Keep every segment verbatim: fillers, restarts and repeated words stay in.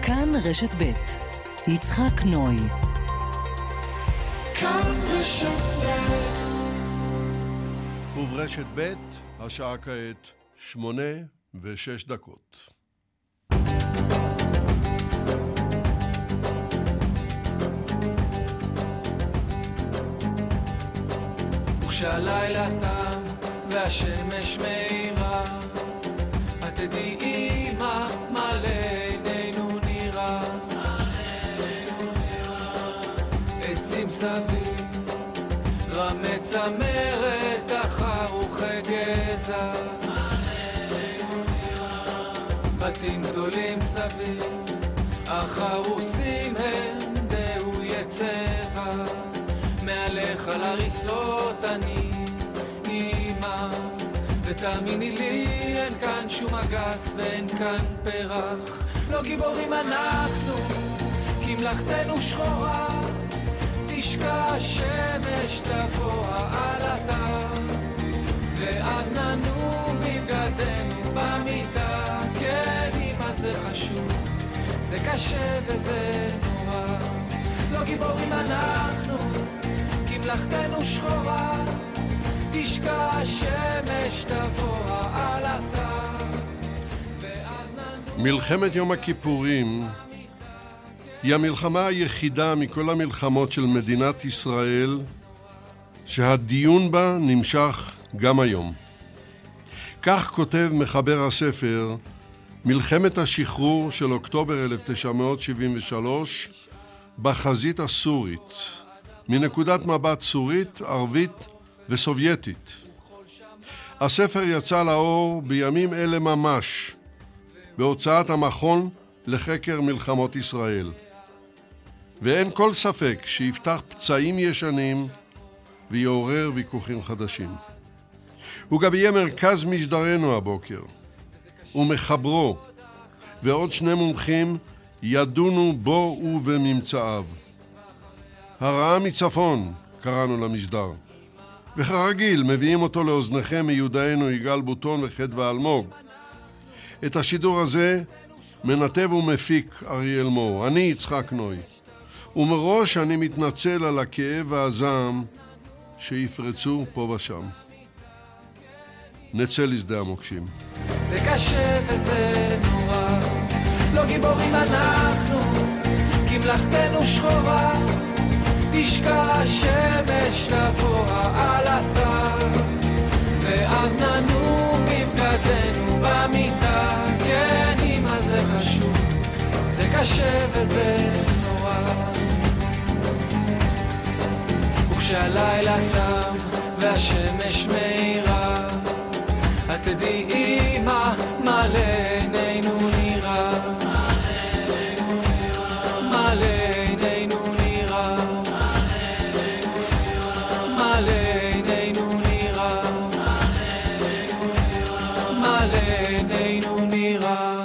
כאן רשת ב' יצחק נוי. כאן רשת ב'. וברשת ב' השעה כעת שמונה ושש דקות. וכשהלילה תם והשמש מאירה, את תדעי מה מה לעינינו נראה. עצים סביב, רמי צמרת, החרוכי גזע, בתים גדולים סביב, החרוסים הם דהוי צבע, מעליך על הריסות אני אימא, ותאמיני לי אין כאן שום אגס ואין כאן פרח. לא גיבורים אנחנו, כי מלאכתנו שחורה, תשקע השמש תבוא העלתה, ואז ננום בבגדנו במיטה. כן אמא זה חשוב, זה קשה וזה נורא. לא גיבורים אנחנו, כי מלאכתנו שחורה, תשקע השמש תבוא העלתה, ואז ננום. מלחמת יום הכיפורים היא המלחמה היחידה מכל המלחמות של מדינת ישראל שהדיון בה נמשך גם היום. כך כותב מחבר הספר מלחמת השחרור של אוקטובר אלף תשע מאות שבעים ושלוש בחזית הסורית, מנקודת מבט סורית, ערבית וסובייטית. הספר יצא לאור בימים אלה ממש, בהוצאת המכון לחקר מלחמות ישראל. ואין כל ספק שיפתח פצעים ישנים ויעורר ויכוחים חדשים. הוא גם יהיה מרכז משדרנו הבוקר, ומחברו ועוד שני מומחים ידונו בו ובממצאיו. הרעה מצפון קראנו למשדר, וכרגיל מביאים אותו לאוזניכם מיודענו יגאל בוטון וחדווה אלמוג. את השידור הזה מנתב ומפיק אריאל מור. אני יצחק נוי, ומראש אני מתנצל על הכאב והזעם שיפרצו פה ושם. נצא לשדה המוקשים. זה קשה וזה נורא, לא גיבורים אנחנו, כי מלאכתנו שחורה, תשקע השמש תבוא העלתה, ואז ננום בבגדנו במיטה. כן אמא זה חשוב, זה קשה וזה נורא. וכשהלילה תם והשמש מאירה, את תדעי מה מה לעינינו נראה. מה לעינינו נראה, מה לעינינו נראה, מה לעינינו נראה.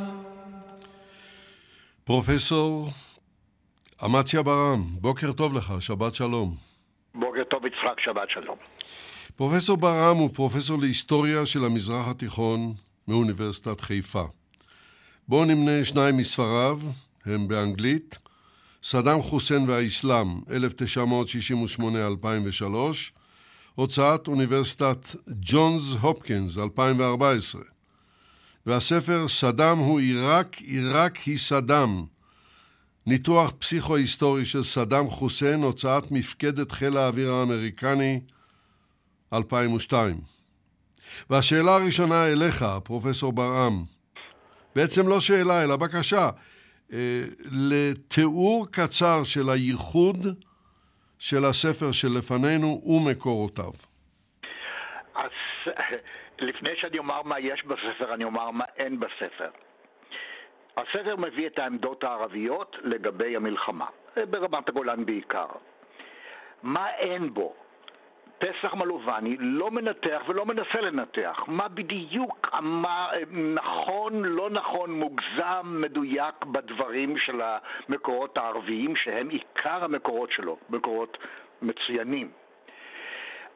פרופסור אמציה ברעם, בוקר טוב לך, שבת שלום. בוקר טוב יצחק, שבת שלום. פרופסור ברעם הוא פרופסור להיסטוריה של המזרח התיכון מאוניברסיטת חיפה. בואו נמנה שניים מספריו, הם באנגלית: סדאם חוסיין והאסלאם, אלף תשע מאות שישים ושמונה עד אלפיים ושלוש, הוצאת אוניברסיטת ג'ונס הופקינס, אלפיים וארבע עשרה. והספר סדאם הוא עיראק, עיראק היא סדאם, ניתוח פסיכו-היסטורי של סדאם חוסיין, הוצאת מפקדת חיל האוויר האמריקני, אלפיים ושתיים. והשאלה הראשונה אליך, פרופסור ברעם, בעצם לא שאלה אלא בקשה, אה, לתיאור קצר של הייחוד של הספר שלפנינו ומקורותיו. אז לפני שאני אומר מה יש בספר, אני אומר מה אין בספר. הספר מביא את העמדות הערביות לגבי המלחמה, ברמת הגולן בעיקר. מה אין בו? פסח מלובני לא מנתח ולא מנסה לנתח מה בדיוק, מה נכון, לא נכון, מוגזם, מדויק בדברים של המקורות הערביים, שהם עיקר המקורות שלו, מקורות מצוינים.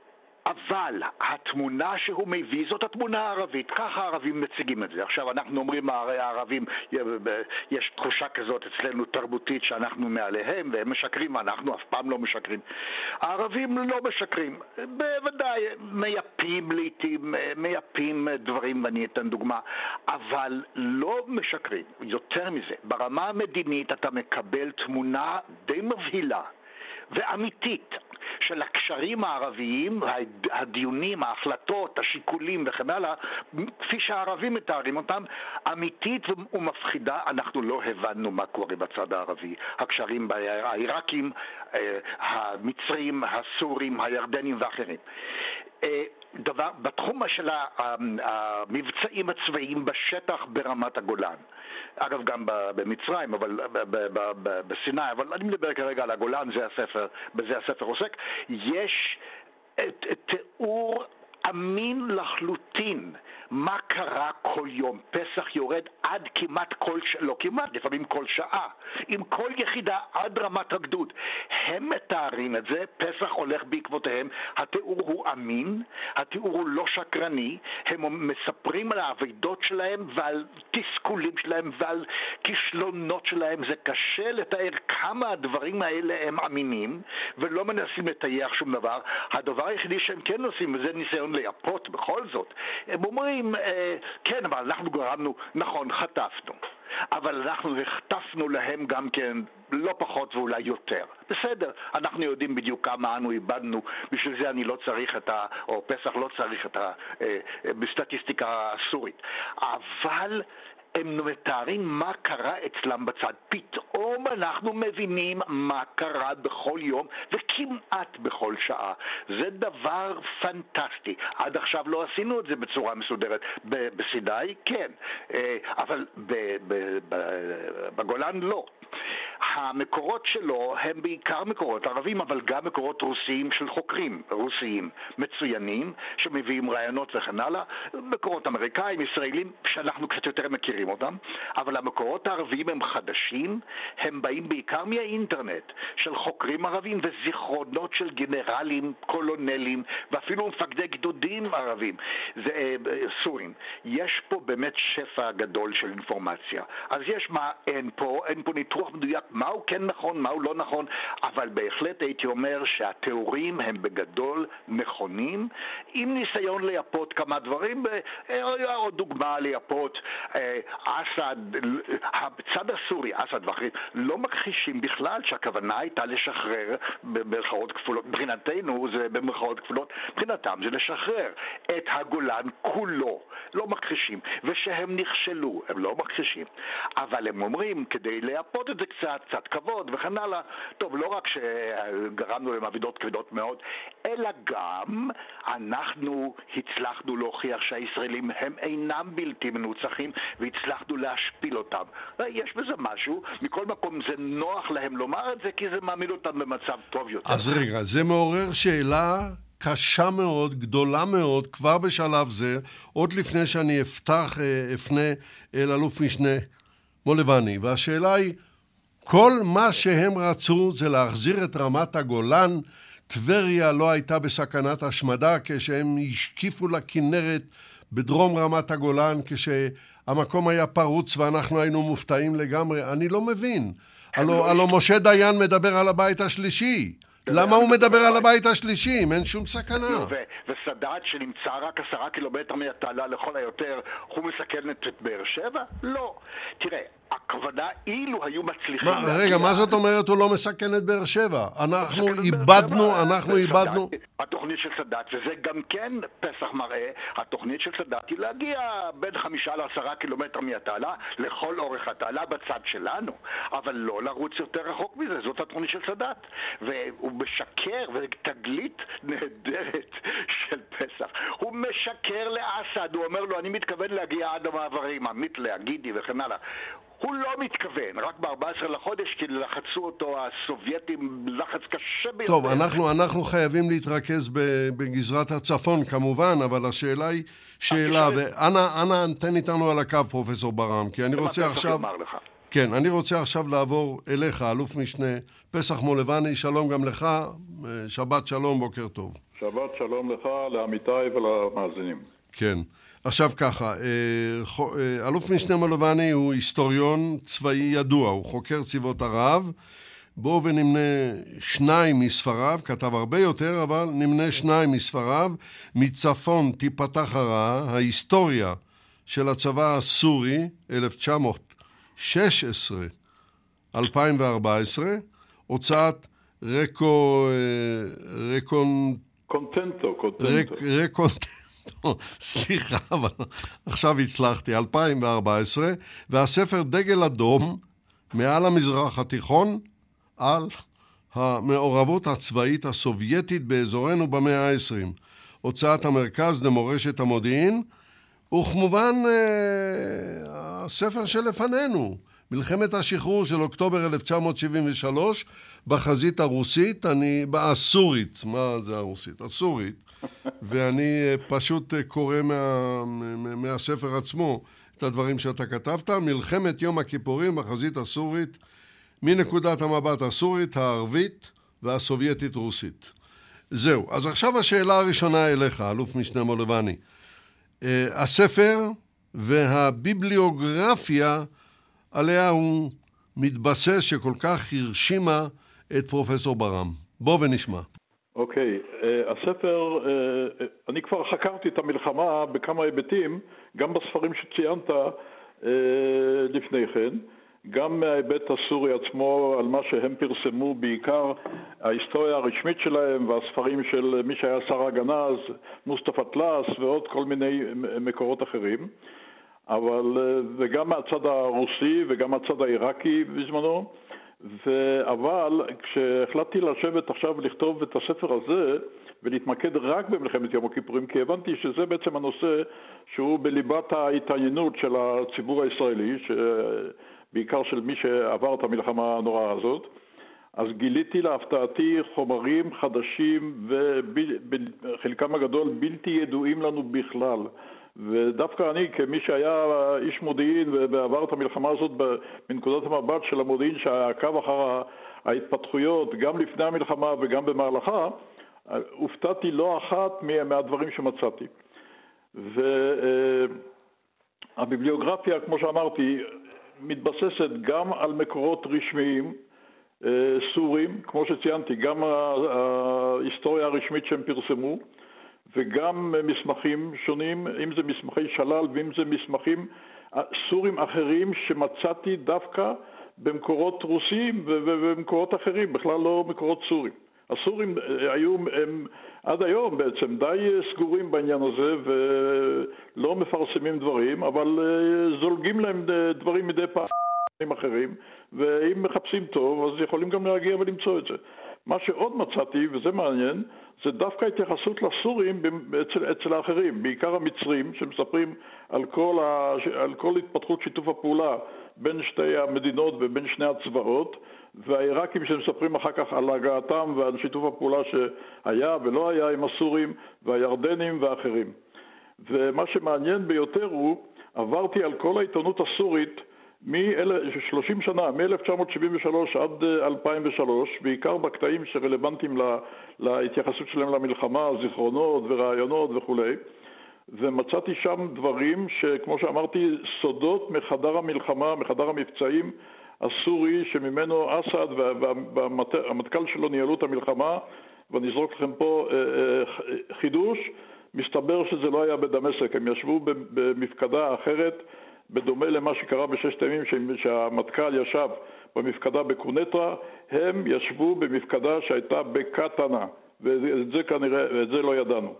אבל התמונה שהוא מביא זאת התמונה הערבית, ככה הערבים מציגים את זה. עכשיו אנחנו אומרים, הרי הערבים, יש תחושה כזאת אצלנו תרבותית שאנחנו מעליהם והם משקרים, אנחנו אף פעם לא משקרים. הערבים לא משקרים, בוודאי מייפים לעתים, מייפים דברים, ואני אתן דוגמה, אבל לא משקרים. יותר מזה, ברמה המדינית אתה מקבל תמונה די מבהילה ואמיתית של הקשרים הערביים, הדיונים, ההחלטות, השיקולים וכן הלאה, כפי שהערבים מתארים אותם, אמיתית ומפחידה. אנחנו לא הבנו מה קורה בצד הערבי. הקשרים העיראקים, המצרים, הסורים, הירדנים ואחרים. דבר, בתחום של המבצעים הצבאיים בשטח ברמת הגולן, אגב גם במצרים, אבל בסיני, אבל אני מדבר כרגע על הגולן, זה הספר, בזה הספר עוסק, יש תיאור אמין לחלוטין מה קרה כל יום. פסח יורד עד כמעט כל שעה, לא כמעט, לפעמים כל שעה, עם כל יחידה עד רמת הגדוד. הם מתארים את זה, פסח הולך בעקבותיהם, התיאור הוא אמין, התיאור הוא לא שקרני, הם מספרים על העבודות שלהם ועל תסכולים שלהם ועל כישלונות שלהם. זה קשה לתאר כמה הדברים האלה הם אמינים, ולא מנסים לטייח שום דבר. הדבר היחידי שהם כן עושים, וזה ניסיון ליפות בכל זאת, הם אומרים, אה, כן, אבל אנחנו גרמנו, נכון, חטפנו, אבל אנחנו החטפנו להם גם כן לא פחות ואולי יותר. בסדר, אנחנו יודעים בדיוק כמה אנו איבדנו, בשביל זה אני לא צריך את ה... או פסח לא צריך את ה... אה, בסטטיסטיקה הסורית. אבל הם מתארים מה קרה אצלם בצד. פתאום אנחנו מבינים מה קרה בכל יום וכמעט בכל שעה. זה דבר פנטסטי. עד עכשיו לא עשינו את זה בצורה מסודרת. בסיני כן, אבל בגולן לא. המקורות שלו הם בעיקר מקורות ערבים, אבל גם מקורות רוסיים של חוקרים רוסיים מצוינים שמביאים רעיונות וכן הלאה, מקורות אמריקאים, ישראלים שאנחנו קצת יותר מכירים אותם, אבל המקורות הערביים הם חדשים, הם באים בעיקר מהאינטרנט של חוקרים ערבים וזיכרונות של גנרלים, קולונלים ואפילו מפקדי גדודים ערבים, זה סורים. יש פה באמת שפע גדול של אינפורמציה. אז יש מה אין פה, אין פה ניתוח מדויק מהו כן נכון, מהו לא נכון, אבל בהחלט הייתי אומר שהתיאורים הם בגדול נכונים, עם ניסיון ליפות כמה דברים, או דוגמה ליפות, אסד, הצד הסורי, אסד ואחרים, לא מכחישים בכלל שהכוונה הייתה לשחרר במרכאות כפולות, מבחינתנו זה במרכאות כפולות, מבחינתם זה לשחרר את הגולן כולו, לא מכחישים, ושהם נכשלו, הם לא מכחישים, אבל הם אומרים כדי ליפות את זה קצת, קצת כבוד וכן הלאה. טוב, לא רק שגרמנו להם עבודות כבדות מאוד, אלא גם אנחנו הצלחנו להוכיח שהישראלים הם אינם בלתי מנוצחים, והצלחנו להשפיל אותם. יש בזה משהו, מכל מקום זה נוח להם לומר את זה, כי זה מעמיד אותם במצב טוב יותר. אז רגע, זה מעורר שאלה קשה מאוד, גדולה מאוד, כבר בשלב זה, עוד לפני שאני אפתח, אפנה אל אלוף משנה מולבני, והשאלה היא, כל מה שהם רצו זה להחזיר את רמת הגולן. טבריה לא הייתה בסכנת השמדה כשהם השקיפו לכנרת בדרום רמת הגולן, כשהמקום היה פרוץ ואנחנו היינו מופתעים לגמרי. אני לא מבין. הלו, הלו משה דיין מדבר על הבית השלישי. למה הוא מדבר על הבית השלישי? אין שום סכנה. וסדאת שנמצא רק עשרה קילומטר מהתעלה לכל היותר, הוא מסכן את באר שבע? לא. תראה, הכוונה אילו היו מצליחים... רגע, מה זאת אומרת הוא לא מסכן את באר שבע? אנחנו איבדנו, אנחנו איבדנו... התוכנית של סדאת, וזה גם כן פסח מראה, התוכנית של סדאת היא להגיע בין חמישה לעשרה קילומטר מהתעלה, לכל אורך התעלה בצד שלנו, אבל לא לרוץ יותר רחוק מזה, זאת התוכנית של סדאת. והוא משקר, ותגלית נהדרת של פסח. הוא משקר לאסד, הוא אומר לו, אני מתכוון להגיע עד המעברים, עמית להגידי וכן הלאה. הוא לא מתכוון, רק ב-ארבעה עשר לחודש, כי לחצו אותו הסובייטים לחץ קשה ביותר. טוב, אנחנו, אנחנו חייבים להתרכז בגזרת הצפון כמובן, אבל השאלה היא שאלה, ואנה, אנה, תן איתנו על הקו פרופסור ברם, כי אני רוצה עכשיו... כן, אני רוצה עכשיו לעבור אליך, אלוף משנה פסח מולבני, שלום גם לך, שבת שלום, בוקר טוב. שבת שלום לך, לעמיתיי ולמאזינים. כן. עכשיו ככה, אלוף משנה מולובני הוא היסטוריון צבאי ידוע, הוא חוקר צבאות ערב. בואו ונמנה שניים מספריו, כתב הרבה יותר, אבל נמנה שניים מספריו. מצפון תיפתח הרעה, ההיסטוריה של הצבא הסורי, אלף תשע מאות ושש עשרה עד אלפיים וארבע עשרה, הוצאת רקו... רקון... קונטנטו, קונטנטו. רקונטנטו, סליחה, אבל עכשיו הצלחתי, אלפיים וארבע עשרה, והספר דגל אדום מעל המזרח התיכון, על המעורבות הצבאית הסובייטית באזורנו במאה ה-עשרים. הוצאת המרכז למורשת המודיעין, וכמובן הספר שלפנינו, מלחמת השחרור של אוקטובר אלף תשע מאות שבעים ושלוש, בחזית הרוסית, אני, באסורית, מה זה הרוסית? אסורית, ואני פשוט קורא מה, מהספר עצמו את הדברים שאתה כתבת, מלחמת יום הכיפורים בחזית הסורית, מנקודת המבט הסורית, הערבית והסובייטית-רוסית. זהו, אז עכשיו השאלה הראשונה אליך, אלוף משנה מולובני. הספר והביבליוגרפיה עליה הוא מתבסס שכל כך הרשימה את פרופסור ברם. בוא ונשמע. אוקיי, הספר, אני כבר חקרתי את המלחמה בכמה היבטים, גם בספרים שציינת לפני כן, גם מההיבט הסורי עצמו, על מה שהם פרסמו, בעיקר ההיסטוריה הרשמית שלהם והספרים של מי שהיה שר ההגנה אז, מוסטפא טלאס ועוד כל מיני מקורות אחרים, אבל, וגם מהצד הרוסי וגם מהצד העיראקי בזמנו, ו... אבל כשהחלטתי לשבת עכשיו ולכתוב את הספר הזה ולהתמקד רק במלחמת יום הכיפורים, כי הבנתי שזה בעצם הנושא שהוא בליבת ההתעניינות של הציבור הישראלי, ש... בעיקר של מי שעבר את המלחמה הנוראה הזאת, אז גיליתי להפתעתי חומרים חדשים וחלקם הגדול בלתי ידועים לנו בכלל. ודווקא אני, כמי שהיה איש מודיעין ועבר את המלחמה הזאת מנקודת המבט של המודיעין שעקב אחר ההתפתחויות גם לפני המלחמה וגם במהלכה, הופתעתי לא אחת מהדברים שמצאתי. והביבליוגרפיה, כמו שאמרתי, מתבססת גם על מקורות רשמיים סורים, כמו שציינתי, גם ההיסטוריה הרשמית שהם פרסמו, וגם מסמכים שונים, אם זה מסמכי שלל ואם זה מסמכים סורים אחרים שמצאתי דווקא במקורות רוסיים ובמקורות אחרים, בכלל לא מקורות סורים. הסורים היו הם, עד היום בעצם די סגורים בעניין הזה ולא מפרסמים דברים, אבל זולגים להם דברים מדי פעם אחרים, ואם מחפשים טוב אז יכולים גם להגיע ולמצוא את זה. מה שעוד מצאתי, וזה מעניין, זה דווקא התייחסות לסורים אצל, אצל האחרים, בעיקר המצרים, שמספרים על כל, ה, על כל התפתחות שיתוף הפעולה בין שתי המדינות ובין שני הצבאות, והעיראקים שמספרים אחר כך על הגעתם ועל שיתוף הפעולה שהיה ולא היה עם הסורים, והירדנים ואחרים. ומה שמעניין ביותר הוא, עברתי על כל העיתונות הסורית מ-שלושים שנה, מ-אלף תשע מאות שבעים ושלוש עד אלפיים ושלוש, בעיקר בקטעים שרלוונטיים לה, להתייחסות שלהם למלחמה, זיכרונות ורעיונות וכו'. ומצאתי שם דברים שכמו שאמרתי, סודות מחדר המלחמה, מחדר המבצעים הסורי, שממנו אסד והמטכ"ל שלו ניהלו את המלחמה, ואני אזרוק לכם פה חידוש, מסתבר שזה לא היה בדמשק, הם ישבו במפקדה אחרת, בדומה למה שקרה בששת הימים שהמטכ"ל ישב במפקדה בקונטרה, הם ישבו במפקדה שהייתה בקטנה, ואת זה כנראה, ואת זה לא ידענו.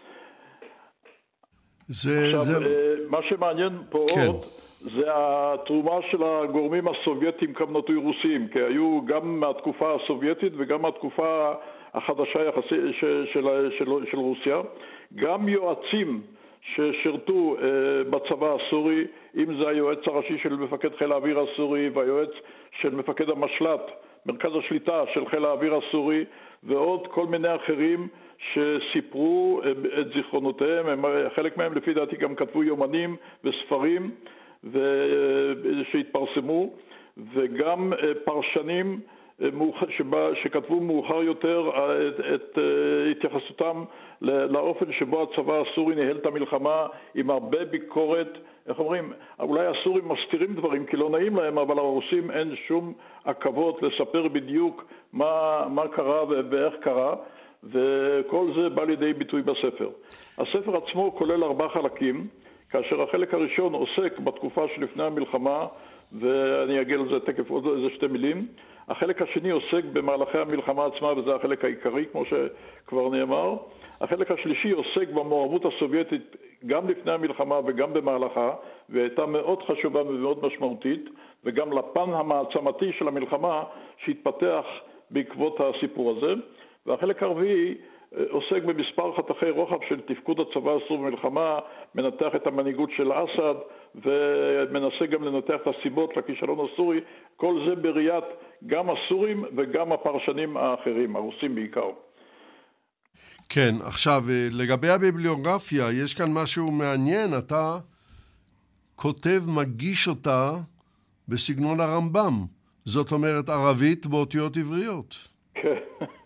זה, עכשיו, זה... מה שמעניין פה כן. עוד, זה התרומה של הגורמים הסובייטים כמנותוי רוסיים, כי היו גם מהתקופה הסובייטית וגם מהתקופה החדשה יחסי של, של, של, של רוסיה, גם יועצים ששירתו בצבא הסורי, אם זה היועץ הראשי של מפקד חיל האוויר הסורי והיועץ של מפקד המשלט, מרכז השליטה של חיל האוויר הסורי, ועוד כל מיני אחרים שסיפרו את זיכרונותיהם, הם, חלק מהם לפי דעתי גם כתבו יומנים וספרים שהתפרסמו, וגם פרשנים שבה, שכתבו מאוחר יותר את, את התייחסותם לאופן שבו הצבא הסורי ניהל את המלחמה עם הרבה ביקורת. איך אומרים, אולי הסורים מסתירים דברים כי לא נעים להם, אבל הרוסים אין שום עכבות לספר בדיוק מה, מה קרה ואיך קרה, וכל זה בא לידי ביטוי בספר. הספר עצמו כולל ארבעה חלקים, כאשר החלק הראשון עוסק בתקופה שלפני המלחמה, ואני אגיע לזה תקף עוד איזה שתי מילים. החלק השני עוסק במהלכי המלחמה עצמה, וזה החלק העיקרי, כמו שכבר נאמר. החלק השלישי עוסק במעורבות הסובייטית גם לפני המלחמה וגם במהלכה, והייתה מאוד חשובה ומאוד משמעותית, וגם לפן המעצמתי של המלחמה שהתפתח בעקבות הסיפור הזה. והחלק הרביעי עוסק במספר חתכי רוחב של תפקוד הצבא הסורי במלחמה, מנתח את המנהיגות של אסד ומנסה גם לנתח את הסיבות לכישלון הסורי, כל זה בראיית גם הסורים וגם הפרשנים האחרים, הרוסים בעיקר. כן, עכשיו לגבי הביבליוגרפיה, יש כאן משהו מעניין, אתה כותב, מגיש אותה בסגנון הרמב"ם, זאת אומרת ערבית באותיות עבריות. כן.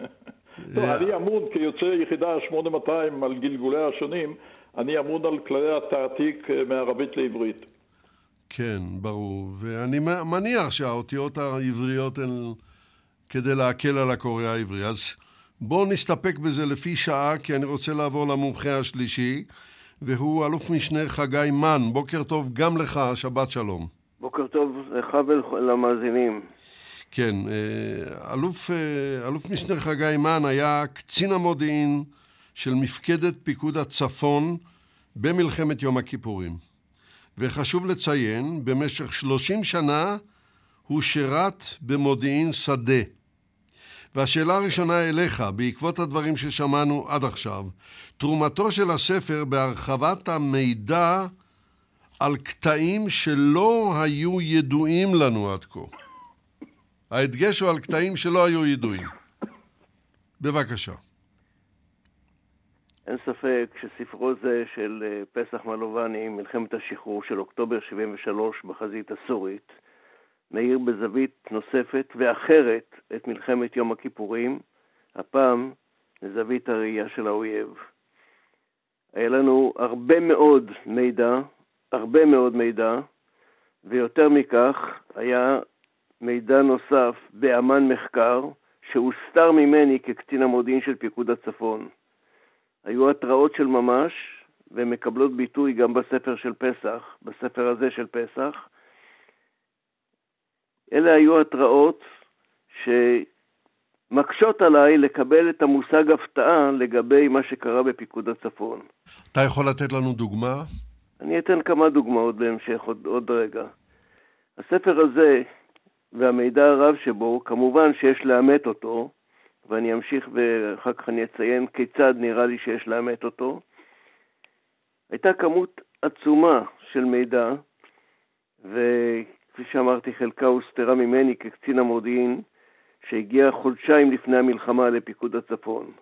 אני אמון כיוצא יחידה שמונה מאתיים על גלגוליה השונים, אני אמון על כללי התעתיק מערבית לעברית. כן, ברור. ואני מניח שהאותיות העבריות הן כדי להקל על הקורא העברי. אז בואו נסתפק בזה לפי שעה, כי אני רוצה לעבור למומחה השלישי, והוא אלוף משנה חגי מן. בוקר טוב גם לך, שבת שלום. בוקר טוב לך ולמאזינים. כן, אלוף, אלוף משנה חגי מן היה קצין המודיעין של מפקדת פיקוד הצפון במלחמת יום הכיפורים. וחשוב לציין, במשך שלושים שנה הוא שירת במודיעין שדה. והשאלה הראשונה אליך, בעקבות הדברים ששמענו עד עכשיו, תרומתו של הספר בהרחבת המידע על קטעים שלא היו ידועים לנו עד כה. ההדגש הוא על קטעים שלא היו ידועים. בבקשה. אין ספק שספרו זה של פסח מלובני, מלחמת השחרור של אוקטובר שבעים ושלוש בחזית הסורית, מאיר בזווית נוספת ואחרת את מלחמת יום הכיפורים, הפעם לזווית הראייה של האויב. היה לנו הרבה מאוד מידע, הרבה מאוד מידע, ויותר מכך היה מידע נוסף באמן מחקר שהוסתר ממני כקצין המודיעין של פיקוד הצפון. היו התראות של ממש ומקבלות ביטוי גם בספר של פסח, בספר הזה של פסח. אלה היו התראות שמקשות עליי לקבל את המושג הפתעה לגבי מה שקרה בפיקוד הצפון. אתה יכול לתת לנו דוגמה? אני אתן כמה דוגמאות בהמשך עוד, עוד רגע. הספר הזה והמידע הרב שבו, כמובן שיש לאמת אותו, ואני אמשיך ואחר כך אני אציין כיצד נראה לי שיש לאמת אותו. הייתה כמות עצומה של מידע, וכפי שאמרתי, חלקה הוסתרה ממני כקצין המודיעין, שהגיע חודשיים לפני המלחמה לפיקוד הצפון.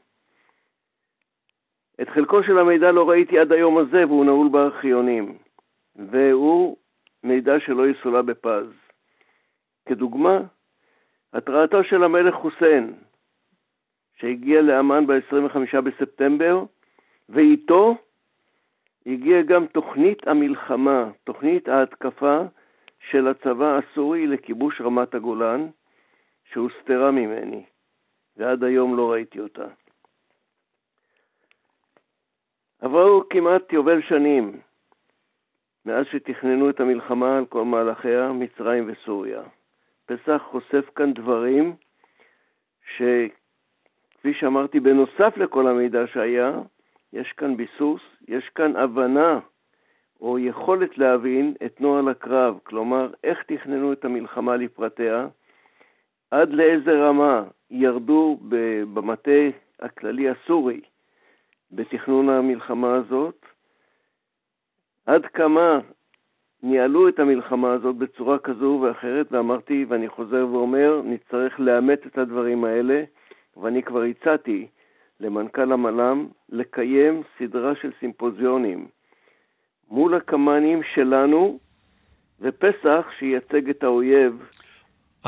את חלקו של המידע לא ראיתי עד היום הזה, והוא נעול בארכיונים, והוא מידע שלא יסולא בפז. כדוגמה, התרעתו של המלך חוסיין, שהגיע לאמן ב-עשרים וחמישה בספטמבר, ואיתו הגיעה גם תוכנית המלחמה, תוכנית ההתקפה של הצבא הסורי לכיבוש רמת הגולן, שהוסתרה ממני, ועד היום לא ראיתי אותה. עברו כמעט יובל שנים, מאז שתכננו את המלחמה על כל מהלכיה, מצרים וסוריה. פסח חושף כאן דברים שכפי שאמרתי, בנוסף לכל המידע שהיה, יש כאן ביסוס, יש כאן הבנה או יכולת להבין את נוהל הקרב, כלומר איך תכננו את המלחמה לפרטיה, עד לאיזה רמה ירדו במטה הכללי הסורי בתכנון המלחמה הזאת, עד כמה ניהלו את המלחמה הזאת בצורה כזו ואחרת, ואמרתי ואני חוזר ואומר, נצטרך לאמת את הדברים האלה, ואני כבר הצעתי למנכ"ל המל"ם לקיים סדרה של סימפוזיונים מול הקמ"נים שלנו, ופסח שייצג את האויב.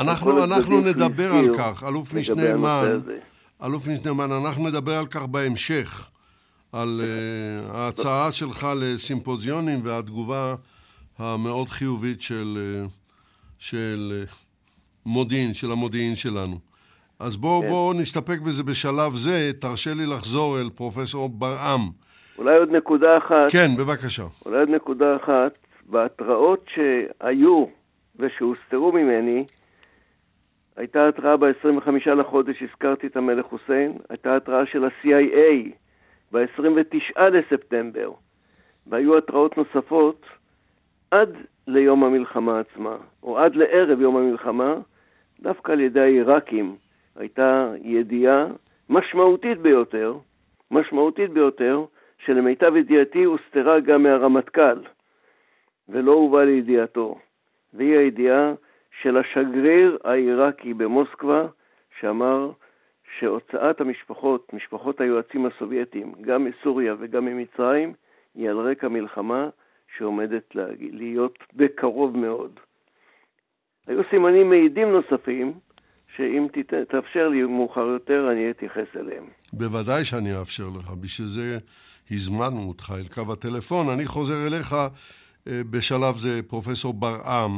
אנחנו, אנחנו נדבר על כך, אלוף משנה מן, אלוף משנה מן, אנחנו נדבר על כך בהמשך, על uh, ההצעה שלך לסימפוזיונים והתגובה המאוד חיובית של, uh, של uh, מודיעין, של המודיעין שלנו. אז בואו בוא נסתפק בזה בשלב זה, תרשה לי לחזור אל פרופסור ברעם. אולי עוד נקודה אחת. כן, בבקשה. אולי עוד נקודה אחת, בהתראות שהיו ושהוסתרו ממני, הייתה התראה ב-עשרים וחמישה לחודש, הזכרתי את המלך חוסיין, הייתה התראה של ה-סי איי איי ב-עשרים ותשעה לספטמבר, והיו התראות נוספות עד ליום המלחמה עצמה, או עד לערב יום המלחמה, דווקא על ידי העיראקים, הייתה ידיעה משמעותית ביותר, משמעותית ביותר, שלמיטב ידיעתי הוסתרה גם מהרמטכ"ל, ולא הובא לידיעתו, והיא הידיעה של השגריר העיראקי במוסקבה, שאמר שהוצאת המשפחות, משפחות היועצים הסובייטים, גם מסוריה וגם ממצרים, היא על רקע מלחמה שעומדת להיות בקרוב מאוד. היו סימנים מעידים נוספים, שאם תאפשר לי מאוחר יותר, אני אתייחס אליהם. בוודאי שאני אאפשר לך, בשביל זה הזמנו אותך אל קו הטלפון. אני חוזר אליך בשלב זה, פרופסור ברעם.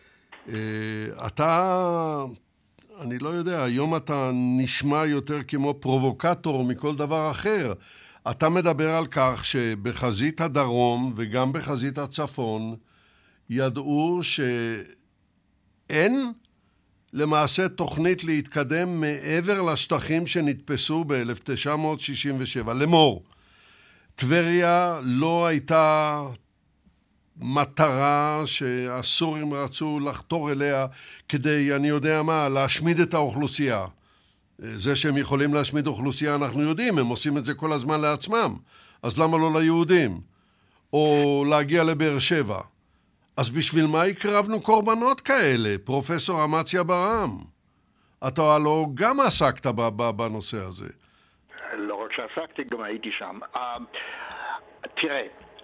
אתה, אני לא יודע, היום אתה נשמע יותר כמו פרובוקטור מכל דבר אחר. אתה מדבר על כך שבחזית הדרום וגם בחזית הצפון ידעו שאין למעשה תוכנית להתקדם מעבר לשטחים שנתפסו ב-אלף תשע מאות שישים ושבע. למור, טבריה לא הייתה מטרה שהסורים רצו לחתור אליה כדי, אני יודע מה, להשמיד את האוכלוסייה. זה שהם יכולים להשמיד אוכלוסייה אנחנו יודעים, הם עושים את זה כל הזמן לעצמם. אז למה לא ליהודים? או להגיע לבאר שבע. אז בשביל מה הקרבנו קורבנות כאלה, פרופסור אמציה ברעם? אתה לא גם עסקת בנושא הזה. לא רק שעסקתי, גם הייתי שם. Uh, תראה,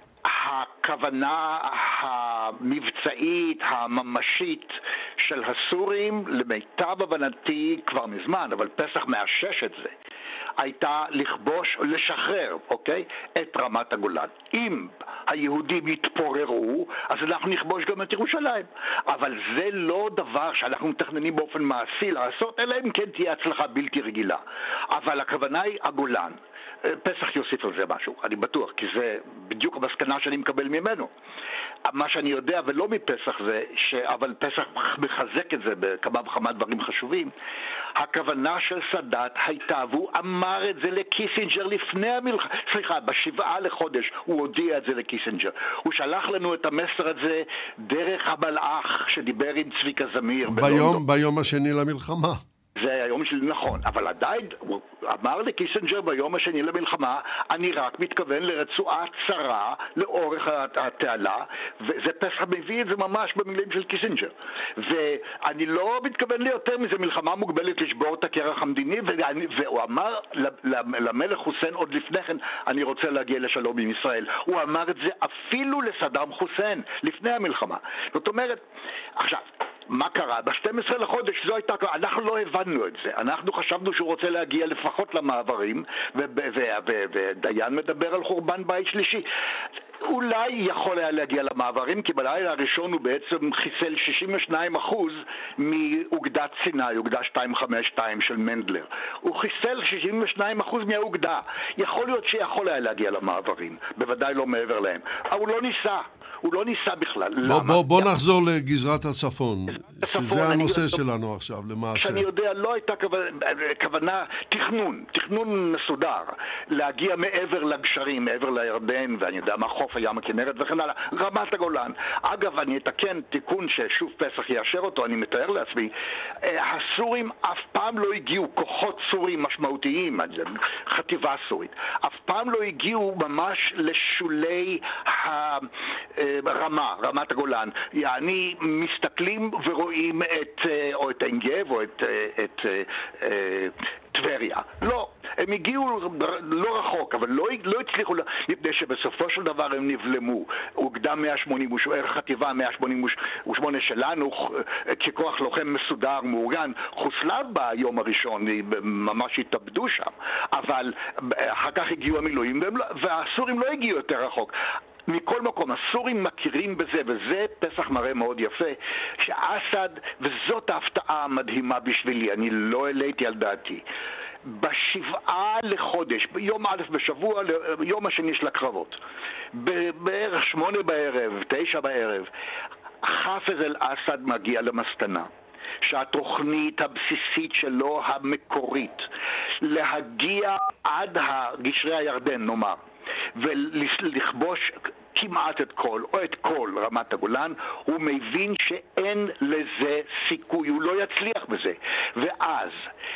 הכוונה המבצעית, הממשית של הסורים, למיטב הבנתי כבר מזמן, אבל פסח מאשש את זה, הייתה לכבוש, לשחרר, אוקיי? את רמת הגולן. אם היהודים יתפוררו, אז אנחנו נכבוש גם את ירושלים. אבל זה לא דבר שאנחנו מתכננים באופן מעשי לעשות, אלא אם כן תהיה הצלחה בלתי רגילה. אבל הכוונה היא הגולן. פסח יוסיף על זה משהו, אני בטוח, כי זה בדיוק המסקנה שאני מקבל ממנו. מה שאני יודע, ולא מפסח זה, ש... אבל פסח מחזק את זה בכמה וכמה דברים חשובים, הכוונה של סאדאת הייתה, והוא אמר את זה לקיסינג'ר לפני המלחמה, סליחה, בשבעה לחודש הוא הודיע את זה לקיסינג'ר. הוא שלח לנו את המסר הזה דרך המלאך שדיבר עם צביקה זמיר. ביום, ביום השני למלחמה. זה היום שלי, נכון, אבל עדיין הוא אמר לקיסינג'ר ביום השני למלחמה, אני רק מתכוון לרצועה צרה לאורך התעלה, וזה פסח מביא את זה ממש במילים של קיסינג'ר. ואני לא מתכוון ליותר מזה, מלחמה מוגבלת לשבור את הקרח המדיני, ואני, והוא אמר למלך חוסיין עוד לפני כן, אני רוצה להגיע לשלום עם ישראל. הוא אמר את זה אפילו לסדאם חוסיין, לפני המלחמה. זאת אומרת, עכשיו, מה קרה? ב-שנים עשר לחודש זו הייתה, אנחנו לא הבנו את זה. אנחנו חשבנו שהוא רוצה להגיע לפחות למעברים, ודיין מדבר על חורבן בית שלישי. אולי יכול היה להגיע למעברים, כי בלילה הראשון הוא בעצם חיסל שישים ושניים אחוז מאוגדת סיני, אוגדה שתיים חמש שתיים של מנדלר. הוא חיסל שישים ושניים אחוז מהאוגדה. יכול להיות שיכול היה להגיע למעברים, בוודאי לא מעבר להם. אבל הוא לא ניסה. הוא לא ניסה בכלל. בוא, בוא, בוא נחזור לגזרת הצפון, שזה הנושא אני, שלנו עכשיו, למעשה. שאני יודע, לא הייתה כוונה, כוונה תכנון, תכנון מסודר, להגיע מעבר לגשרים, מעבר לירדן, ואני יודע מה, חוף הים הכנרת וכן הלאה, רמת הגולן. אגב, אני אתקן תיקון ששוב פסח יאשר אותו, אני מתאר לעצמי, הסורים אף פעם לא הגיעו, כוחות סורים משמעותיים, חטיבה סורית, אף פעם לא הגיעו ממש לשולי ה... רמה, רמת הגולן. יעני, מסתכלים ורואים את, או את עין גב, או את, את, את טבריה. לא, הם הגיעו לא רחוק, אבל לא, לא הצליחו, מפני שבסופו של דבר הם נבלמו. אוגדה מאה שמונים ושמונה, חטיבה מאה שמונים ושמונה שלנו, ככוח לוחם מסודר, מאורגן, חוסלה ביום הראשון, ממש התאבדו שם. אבל אחר כך הגיעו המילואים, והסורים לא הגיעו יותר רחוק. מכל מקום, הסורים מכירים בזה, וזה פסח מראה מאוד יפה, שאסד, וזאת ההפתעה המדהימה בשבילי, אני לא העליתי על דעתי, בשבעה לחודש, ביום א' בשבוע, יום השני של הקרבות, בערך שמונה בערב, תשע בערב, חאפז אל-אסד מגיע למסקנה שהתוכנית הבסיסית שלו המקורית להגיע עד גשרי הירדן, נאמר, ולכבוש כמעט את כל, או את כל רמת הגולן, הוא מבין שאין לזה סיכוי, הוא לא יצליח בזה. ואז,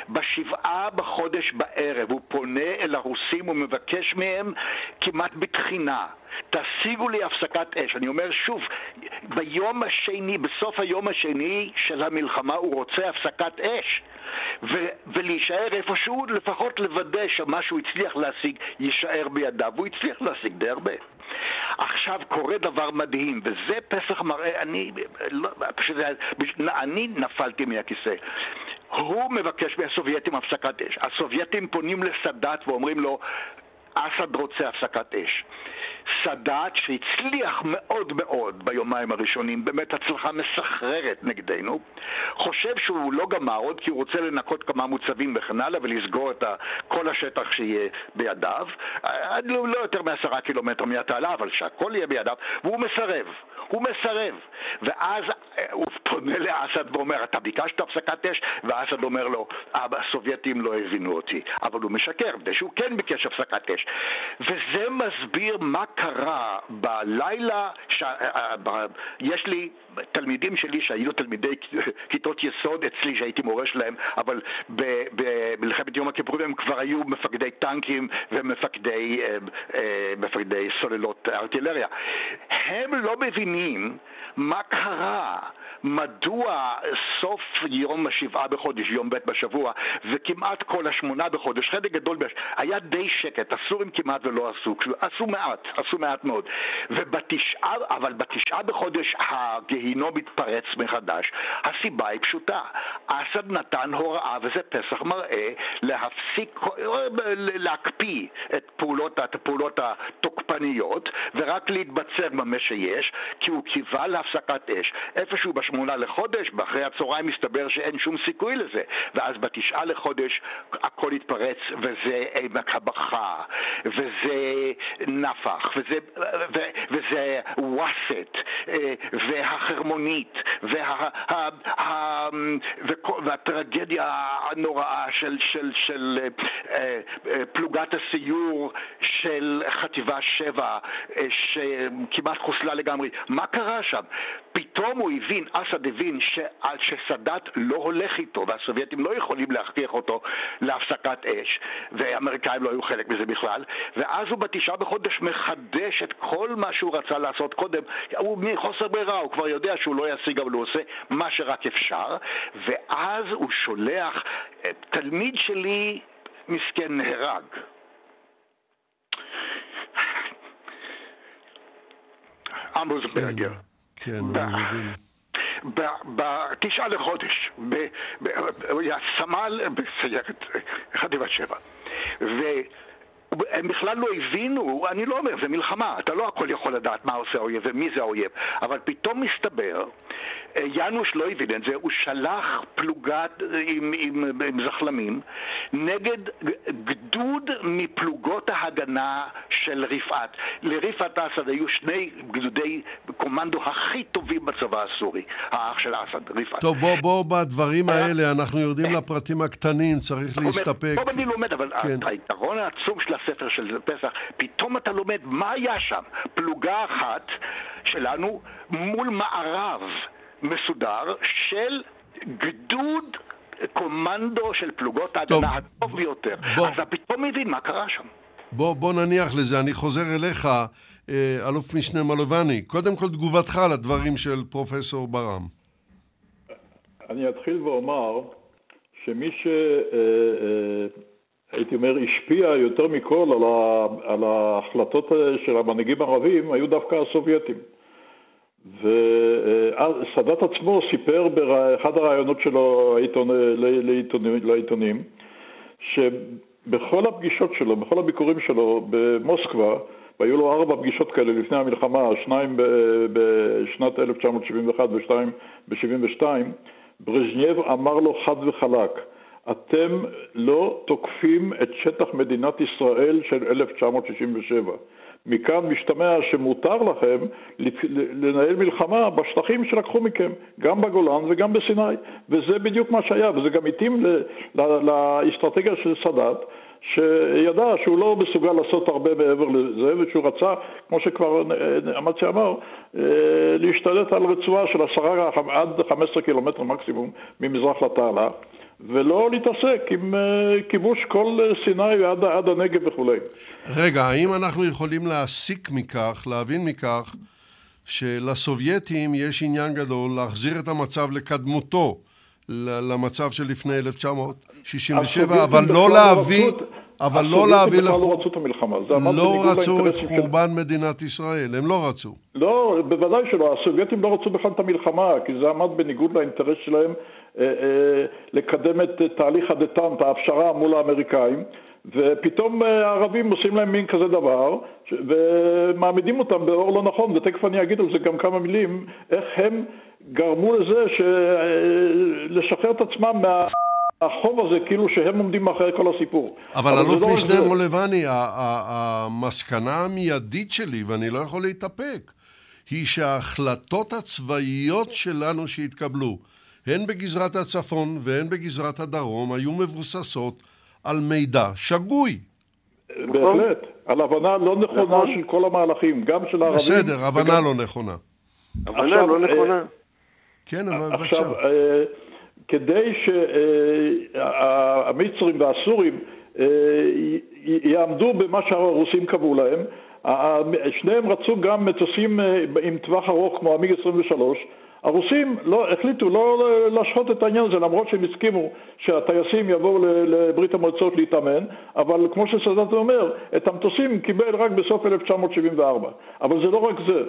בשבעה בחודש בערב, הוא פונה אל הרוסים ומבקש מהם כמעט בתחינה, תשיגו לי הפסקת אש. אני אומר שוב, ביום השני, בסוף היום השני של המלחמה, הוא רוצה הפסקת אש. ו- ולהישאר איפשהו, לפחות לוודא שמה שהוא הצליח להשיג יישאר בידיו, והוא הצליח להשיג די הרבה. עכשיו קורה דבר מדהים, וזה פסח מראה, אני, לא, שזה, אני נפלתי מהכיסא. הוא מבקש מהסובייטים הפסקת אש. הסובייטים פונים לסאדאת ואומרים לו, אסד רוצה הפסקת אש. סאדאת שהצליח מאוד מאוד ביומיים הראשונים, באמת הצלחה מסחררת נגדנו, חושב שהוא לא גמר עוד כי הוא רוצה לנקות כמה מוצבים וכן הלאה ולסגור את כל השטח שיהיה בידיו, לא, לא יותר מעשרה קילומטר מהתעלה, אבל שהכל יהיה בידיו, והוא מסרב, הוא מסרב. ואז הוא פונה לאסד ואומר, אתה ביקשת הפסקת אש? ואסד אומר לו, הסובייטים לא הבינו אותי, אבל הוא משקר, שהוא כן ביקש הפסקת אש. וזה מסביר מה קרה בלילה, ש... יש לי תלמידים שלי שהיו תלמידי כיתות יסוד אצלי שהייתי מורה שלהם, אבל במלחמת יום הכיפורים הם כבר היו מפקדי טנקים ומפקדי מפקדי סוללות ארטילריה. הם לא מבינים מה קרה, מדוע סוף יום השבעה בחודש, יום ב' בשבוע, וכמעט כל השמונה בחודש, חלק גדול בש... היה די שקט, הסורים כמעט ולא עשו, עשו מעט, עשו מעט מאוד. ובתשעה, אבל בתשעה בחודש הגהינום מתפרץ מחדש. הסיבה היא פשוטה. אסד נתן הוראה, וזה פסח מראה, להפסיק, להקפיא את פעולות, את הפעולות התוקפניות, ורק להתבצר במה שיש, כי הוא קיווה להפסקת אש. איפשהו בשמונה לחודש, באחרי הצהריים מסתבר שאין שום סיכוי לזה. ואז בתשעה לחודש הכל התפרץ, וזה עמק הבכה, וזה נפח, וזה, ו, וזה ווסט, והחרמונית, וה, ה, ה, והטרגדיה הנוראה של, של, של פלוגת הסיור של חטיבה שבע, שכמעט חוסלה לגמרי. מה קרה שם? פתאום הוא הבין, אסד הבין ש... שסאדאת לא הולך איתו, והסובייטים לא יכולים להכריח אותו להפסקת אש, והאמריקאים לא היו חלק מזה בכלל, ואז הוא בתשעה בחודש מחדש את כל מה שהוא רצה לעשות קודם. הוא מחוסר ברירה, הוא כבר יודע שהוא לא ישיג, אבל הוא עושה מה שרק אפשר, ואז הוא שולח, תלמיד שלי מסכן נהרג. עמוס ברגר. כן, אני מבין. בתשעה לחודש, הוא היה סמל בסיירת חטיבת שבע, והם בכלל לא הבינו, אני לא אומר, זה מלחמה, אתה לא הכל יכול לדעת מה עושה האויב ומי זה האויב, אבל פתאום מסתבר, ינוש לא הבין את זה, הוא שלח פלוגת עם, עם, עם זחלמים נגד גדוד מפלוגות ההגנה של רפעת. לרפעת אסד היו שני גדודי קומנדו הכי טובים בצבא הסורי, האח של אסד, רפעת. טוב, בוא, בוא בדברים האלה, אנחנו יורדים לפרטים הקטנים, צריך להסתפק. פה אני לומד, אבל היתרון העצום של הספר של פסח, פתאום אתה לומד מה היה שם. פלוגה אחת שלנו מול מערב מסודר של גדוד קומנדו של פלוגות ההגנה הטוב ביותר. אז אתה פתאום מבין מה קרה שם. בוא, בוא נניח לזה. אני חוזר אליך, אלוף משנה מלובני. קודם כל תגובתך לדברים של פרופסור ברם. אני אתחיל ואומר שמי הייתי אומר, השפיע יותר מכל על, ה, על ההחלטות של המנהיגים הערבים, היו דווקא הסובייטים. וסאדאת עצמו סיפר באחד הרעיונות שלו לעיתונים, לעיתונים, שבכל הפגישות שלו, בכל הביקורים שלו במוסקבה, והיו לו ארבע פגישות כאלה לפני המלחמה, שניים בשנת אלף תשע מאות שבעים ואחת ושתיים ב-שבעים ושתיים, ברז'נייב אמר לו חד וחלק, אתם לא תוקפים את שטח מדינת ישראל של אלף תשע מאות שישים ושבע. מכאן משתמע שמותר לכם לנהל מלחמה בשטחים שלקחו מכם, גם בגולן וגם בסיני, וזה בדיוק מה שהיה, וזה גם התאים לאסטרטגיה של סאדאת, שידע שהוא לא מסוגל לעשות הרבה מעבר לזה, ושהוא רצה, כמו שכבר אמצי אמר, להשתלט על רצועה של עשרה עד חמש עשרה קילומטר מקסימום ממזרח לתעלה, ולא להתעסק עם כיבוש כל סיני ועד עד הנגב וכו'. רגע, האם אנחנו יכולים להסיק מכך, להבין מכך, שלסובייטים יש עניין גדול להחזיר את המצב לקדמותו, למצב של לפני אלף תשע מאות שישים ושבע, אבל לא להביא, אבל לא להביא לא רצו את המלחמה. לא רצו את חורבן מדינת ישראל, הם לא רצו. לא, בוודאי שלא, הסובייטים לא רצו בכלל את המלחמה, כי זה עמד בניגוד לאינטרס שלהם לקדם את תהליך הדטנט, ההפשרה מול האמריקאים, ופתאום הערבים עושים להם מין כזה דבר, ומעמידים אותם באור לא נכון, ותכף אני אגיד על זה גם כמה מילים, איך הם גרמו לזה לשחרר את עצמם מהחוב הזה, כאילו שהם עומדים מאחורי כל הסיפור. אבל אלוף משנה מולבני, המסקנה המיידית שלי, ואני לא יכול להתאפק, היא שההחלטות הצבאיות שלנו שהתקבלו, הן בגזרת הצפון והן בגזרת הדרום, היו מבוססות על מידע שגוי. בהחלט, על הבנה לא נכונה של כל המהלכים, גם של הערבים. בסדר, הבנה לא נכונה. הבנה לא נכונה. כן, אבל עכשיו, כדי שהמצרים והסורים יעמדו במה שהרוסים קבעו להם, שניהם רצו גם מטוסים עם טווח ארוך כמו המיג עשרים ושלוש, הרוסים לא, החליטו לא לשחוט את העניין הזה, למרות שהם הסכימו שהטייסים יבואו לברית המועצות להתאמן, אבל כמו שסאדאת אומר, את המטוסים קיבל רק בסוף אלף תשע מאות שבעים וארבע. אבל זה לא רק זה.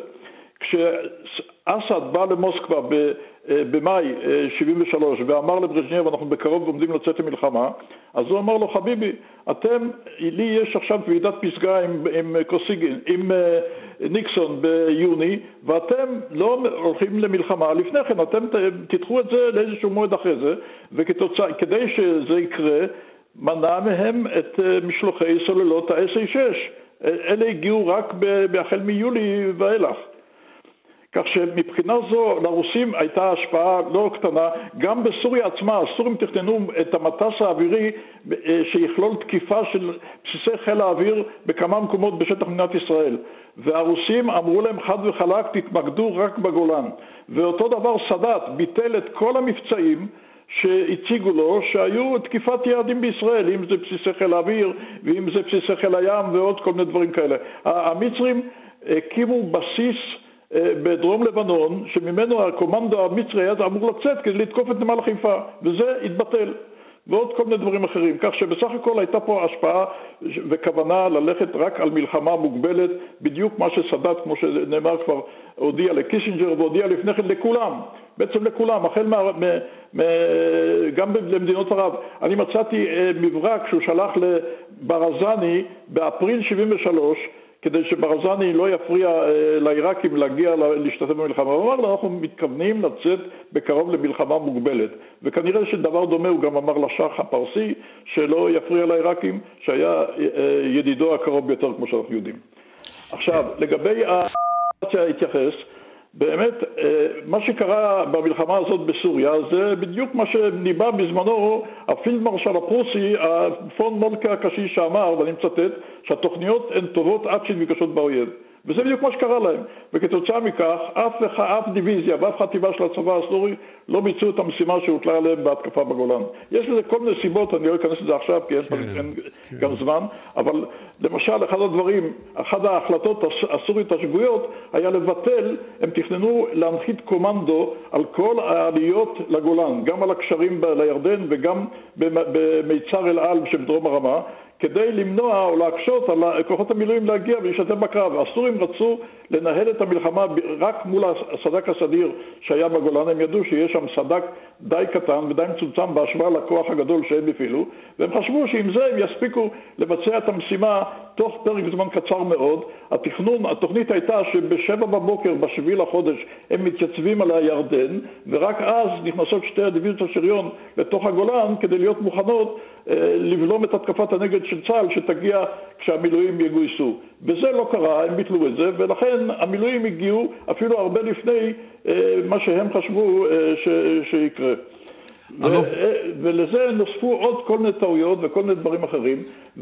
כשאסד בא למוסקבה במאי שבעים ושלוש ואמר לברז'נייב, אנחנו בקרוב עומדים לצאת למלחמה, אז הוא אמר לו, חביבי, אתם, לי יש עכשיו ועידת פסגה עם, עם קוסיגין, עם ניקסון ביוני, ואתם לא הולכים למלחמה. לפני כן, אתם תדחו את זה לאיזשהו מועד אחרי זה, וכתוצאה, כדי שזה יקרה, מנע מהם את משלוחי סוללות ה-אס איי שש. אלה הגיעו רק החל מיולי ואילך. כך שמבחינה זו לרוסים הייתה השפעה לא קטנה, גם בסוריה עצמה, הסורים תכננו את המטס האווירי שיכלול תקיפה של בסיסי חיל האוויר בכמה מקומות בשטח מדינת ישראל, והרוסים אמרו להם חד וחלק, תתמקדו רק בגולן. ואותו דבר סאדאת ביטל את כל המבצעים שהציגו לו שהיו תקיפת יעדים בישראל, אם זה בסיסי חיל האוויר ואם זה בסיסי חיל הים ועוד כל מיני דברים כאלה. המצרים הקימו בסיס בדרום לבנון, שממנו הקומנדו המצרי היה אמור לצאת כדי לתקוף את נמל חיפה, וזה התבטל, ועוד כל מיני דברים אחרים. כך שבסך הכל הייתה פה השפעה וכוונה ללכת רק על מלחמה מוגבלת, בדיוק מה שסאדאת, כמו שנאמר כבר, הודיע לקיסינג'ר והודיע לפני כן לכולם, בעצם לכולם, החל מה, מה, מה, גם למדינות ערב. אני מצאתי מברק שהוא שלח לברזני באפריל שבעים ושלוש, כדי שברזני לא יפריע אה, לעיראקים להגיע להשתתף במלחמה. הוא אמר לו, אנחנו מתכוונים לצאת בקרוב למלחמה מוגבלת. וכנראה שדבר דומה הוא גם אמר לשח הפרסי, שלא יפריע לעיראקים, שהיה אה, ידידו הקרוב ביותר, כמו שאנחנו יודעים. עכשיו, לגבי הסיטואציה התייחס, באמת, מה שקרה במלחמה הזאת בסוריה זה בדיוק מה שניבא בזמנו הפילדמרשל הפרוסי, פון מולקה הקשיש שאמר, ואני מצטט, שהתוכניות הן טובות עד שנפגשות באויב. וזה בדיוק מה שקרה להם. וכתוצאה מכך, אף, אף דיוויזיה ואף חטיבה של הצבא הסורי לא ביצעו את המשימה שהוטלה עליהם בהתקפה בגולן. יש לזה כל מיני סיבות, אני לא אכנס לזה עכשיו, כי אין, כן, אין כן. גם זמן, אבל למשל, אחד הדברים, אחת ההחלטות הסורית השגויות, היה לבטל, הם תכננו להנחית קומנדו על כל העליות לגולן, גם על הקשרים לירדן וגם במיצר אל על שבדרום הרמה, כדי למנוע או להקשות על כוחות המילואים להגיע ולהשתתף בקרב. הסורים רצו לנהל את המלחמה רק מול הסדק הסדיר שהיה בגולן. הם ידעו שיש שם סדק די קטן ודי מצומצם בהשוואה לכוח הגדול שהם הפעילו, והם חשבו שעם זה הם יספיקו לבצע את המשימה תוך פרק זמן קצר מאוד. התכנון, התוכנית הייתה שבשבע בבוקר, בשביעי לחודש, הם מתייצבים על הירדן, ורק אז נכנסות שתי הדיוויזיות השריון לתוך הגולן כדי להיות מוכנות לבלום את התקפת הנגד של צה"ל שתגיע כשהמילואים יגויסו. וזה לא קרה, הם ביטלו את זה, ולכן המילואים הגיעו אפילו הרבה לפני מה שהם חשבו ש... שיקרה. ו... ולזה נוספו עוד כל מיני טעויות וכל מיני דברים אחרים,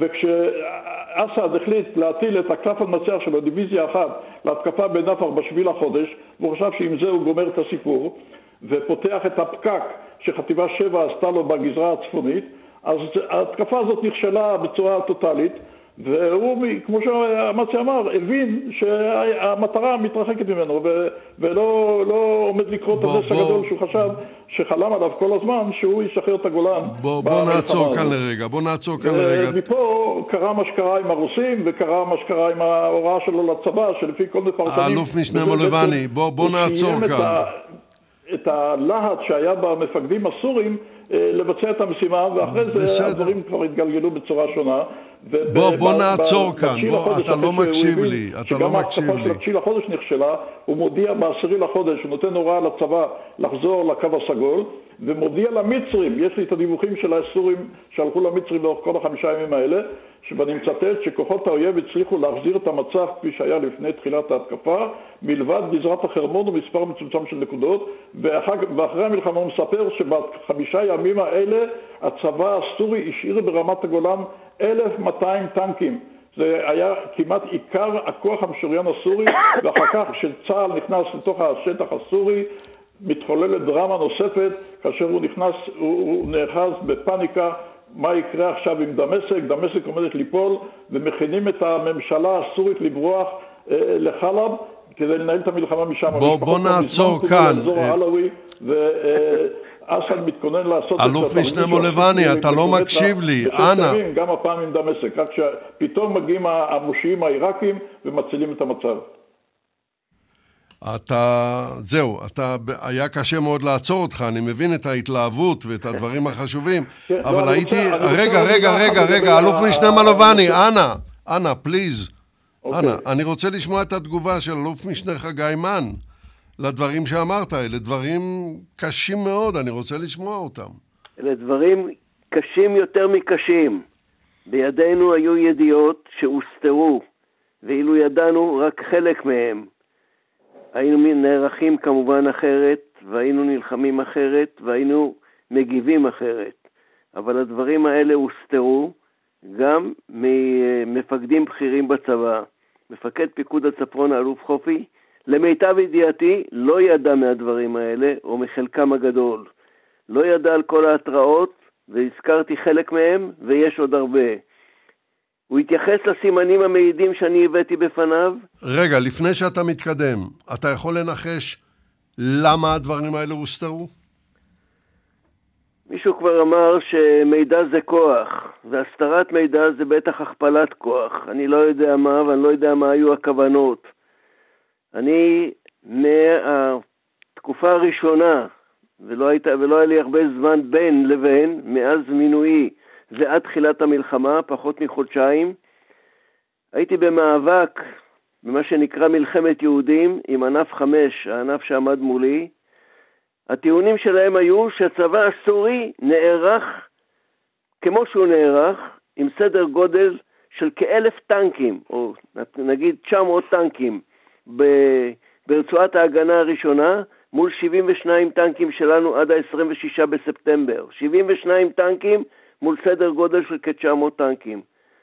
וכשאסד החליט להטיל את הקלף המנצח של הדיוויזיה אחת להתקפה בנפח בשביעי לחודש, והוא חשב שעם זה הוא גומר את הסיפור, ופותח את הפקק שחטיבה שבע עשתה לו בגזרה הצפונית, אז ההתקפה הזאת נכשלה בצורה טוטלית, והוא, כמו שהמציא אמר, הבין שהמטרה מתרחקת ממנו, ולא לא עומד לקרות את הנס הגדול שהוא חשב, שחלם עליו כל הזמן, שהוא ישחרר את הגולן. בוא, בוא נעצור כאן לרגע, בוא נעצור כאן לרגע. ומפה קרה מה שקרה עם הרוסים, וקרה מה שקרה עם ההוראה שלו לצבא, שלפי כל מפרטנים... האלוף משנה מולבני, בוא, בוא נעצור כאן. את הלהט שהיה במפקדים הסורים לבצע את המשימה, ואחרי זה בסדר. הדברים כבר התגלגלו בצורה שונה. בוא, בוא נעצור כאן, בוא, אתה לא מקשיב לי, אתה לא מקשיב לי. שגם ההתקפה של התשיעי לחודש נכשלה, הוא מודיע בעשירי לחודש, הוא נותן הוראה לצבא לחזור לקו הסגול, ומודיע למצרים, יש לי את הדיווחים של הסורים שהלכו למצרים לאורך כל החמישה ימים האלה, ואני מצטט שכוחות האויב הצליחו להחזיר את המצב כפי שהיה לפני תחילת ההתקפה, מלבד גזרת החרמון ומספר מצומצם של נקודות, ואחר, ואחרי המלחמה הוא מספר שבחמישה ימים האלה הצבא הסורי השאיר ברמת הגולן אלף מאתיים טנקים. זה היה כמעט עיקר הכוח המשוריין הסורי, ואחר כך כשצה"ל נכנס לתוך השטח הסורי, מתחוללת דרמה נוספת, כאשר הוא נכנס, הוא, הוא נאחז בפניקה, מה יקרה עכשיו עם דמשק, דמשק עומדת ליפול, ומכינים את הממשלה הסורית לברוח אה, לחלב, כדי לנהל את המלחמה משם. בוא, בוא נעצור כאן. ואסד מתכונן לעשות... אלוף משנה מולבני, אתה לא מקשיב לי, אנא. גם הפעם עם דמשק, רק שפתאום מגיעים המושיעים העיראקים ומצילים את המצב. אתה, זהו, אתה, היה קשה מאוד לעצור אותך, אני מבין את ההתלהבות ואת הדברים החשובים, אבל הייתי, רגע, רגע, רגע, רגע, אלוף משנה מולבני, אנא, אנא, פליז, אנא, אני רוצה לשמוע את התגובה של אלוף משנה חגי מן, לדברים שאמרת, אלה דברים קשים מאוד, אני רוצה לשמוע אותם. אלה דברים קשים יותר מקשים, בידינו היו ידיעות שהוסתרו, ואילו ידענו רק חלק מהם. היינו נערכים כמובן אחרת, והיינו נלחמים אחרת, והיינו מגיבים אחרת. אבל הדברים האלה הוסתרו גם ממפקדים בכירים בצבא. מפקד פיקוד הצפון, האלוף חופי, למיטב ידיעתי, לא ידע מהדברים האלה, או מחלקם הגדול. לא ידע על כל ההתראות, והזכרתי חלק מהם, ויש עוד הרבה. הוא התייחס לסימנים המעידים שאני הבאתי בפניו. רגע, לפני שאתה מתקדם, אתה יכול לנחש למה הדברים האלה הוסתרו? מישהו כבר אמר שמידע זה כוח, והסתרת מידע זה בטח הכפלת כוח. אני לא יודע מה, ואני לא יודע מה היו הכוונות. אני, מהתקופה הראשונה, ולא, היית, ולא היה לי הרבה זמן בין לבין, מאז מינוי, ועד תחילת המלחמה, פחות מחודשיים, הייתי במאבק, במה שנקרא מלחמת יהודים, עם ענף חמש, הענף שעמד מולי. הטיעונים שלהם היו שהצבא הסורי נערך, כמו שהוא נערך, עם סדר גודל של כאלף טנקים, או נגיד תשע מאות טנקים, ברצועת ההגנה הראשונה, מול שבעים ושניים טנקים שלנו עד ה-עשרים ושישה בספטמבר. שבעים ושניים טנקים, מול סדר גודל של כ-תשע מאות טנקים.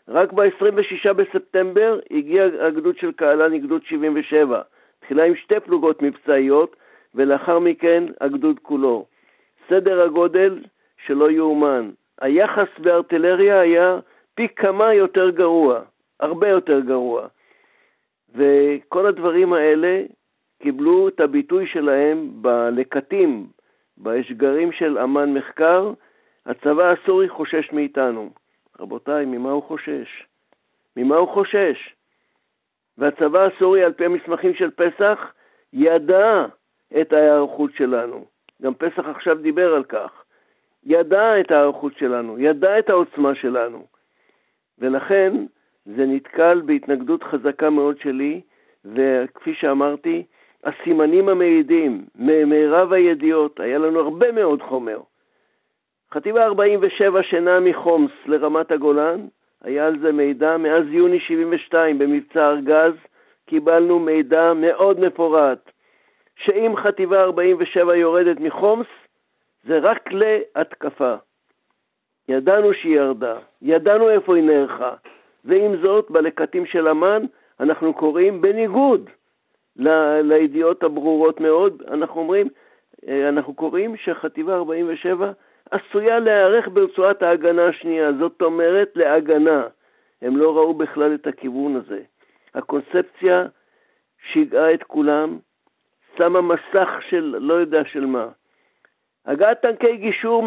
רק ב-עשרים ושישה בספטמבר הגיע הגדוד של קהלני, גדוד שבעים ושבע. תחילה עם שתי פלוגות מבצעיות, ולאחר מכן הגדוד כולו. סדר הגודל שלא יאומן. היחס בארטילריה היה פי כמה יותר גרוע, הרבה יותר גרוע. וכל הדברים האלה קיבלו את הביטוי שלהם בלקטים, באשגרים של אמן מחקר. הצבא הסורי חושש מאיתנו. רבותיי, ממה הוא חושש? ממה הוא חושש? והצבא הסורי, על פי המסמכים של פסח, ידע את ההיערכות שלנו. גם פסח עכשיו דיבר על כך. ידע את ההיערכות שלנו, ידע את העוצמה שלנו. ולכן זה נתקל בהתנגדות חזקה מאוד שלי, וכפי שאמרתי, הסימנים המעידים, מרב הידיעות, היה לנו הרבה מאוד חומר. חטיבה ארבעים ושבע שנה מחומס לרמת הגולן, היה על זה מידע. מאז יוני שבעים ושתיים במבצע ארגז קיבלנו מידע מאוד מפורט, שאם חטיבה ארבעים ושבע יורדת מחומס, זה רק להתקפה. ידענו שהיא ירדה, ידענו איפה היא נערכה, ועם זאת בלקטים של אמן אנחנו קוראים בניגוד ל- לידיעות הברורות מאוד, אנחנו אומרים, אנחנו קוראים שחטיבה ארבעים ושבע עשויה להיערך ברצועת ההגנה השנייה, זאת אומרת להגנה. הם לא ראו בכלל את הכיוון הזה. הקונספציה שיגעה את כולם, שמה מסך של לא יודע של מה. הגעת טנקי גישור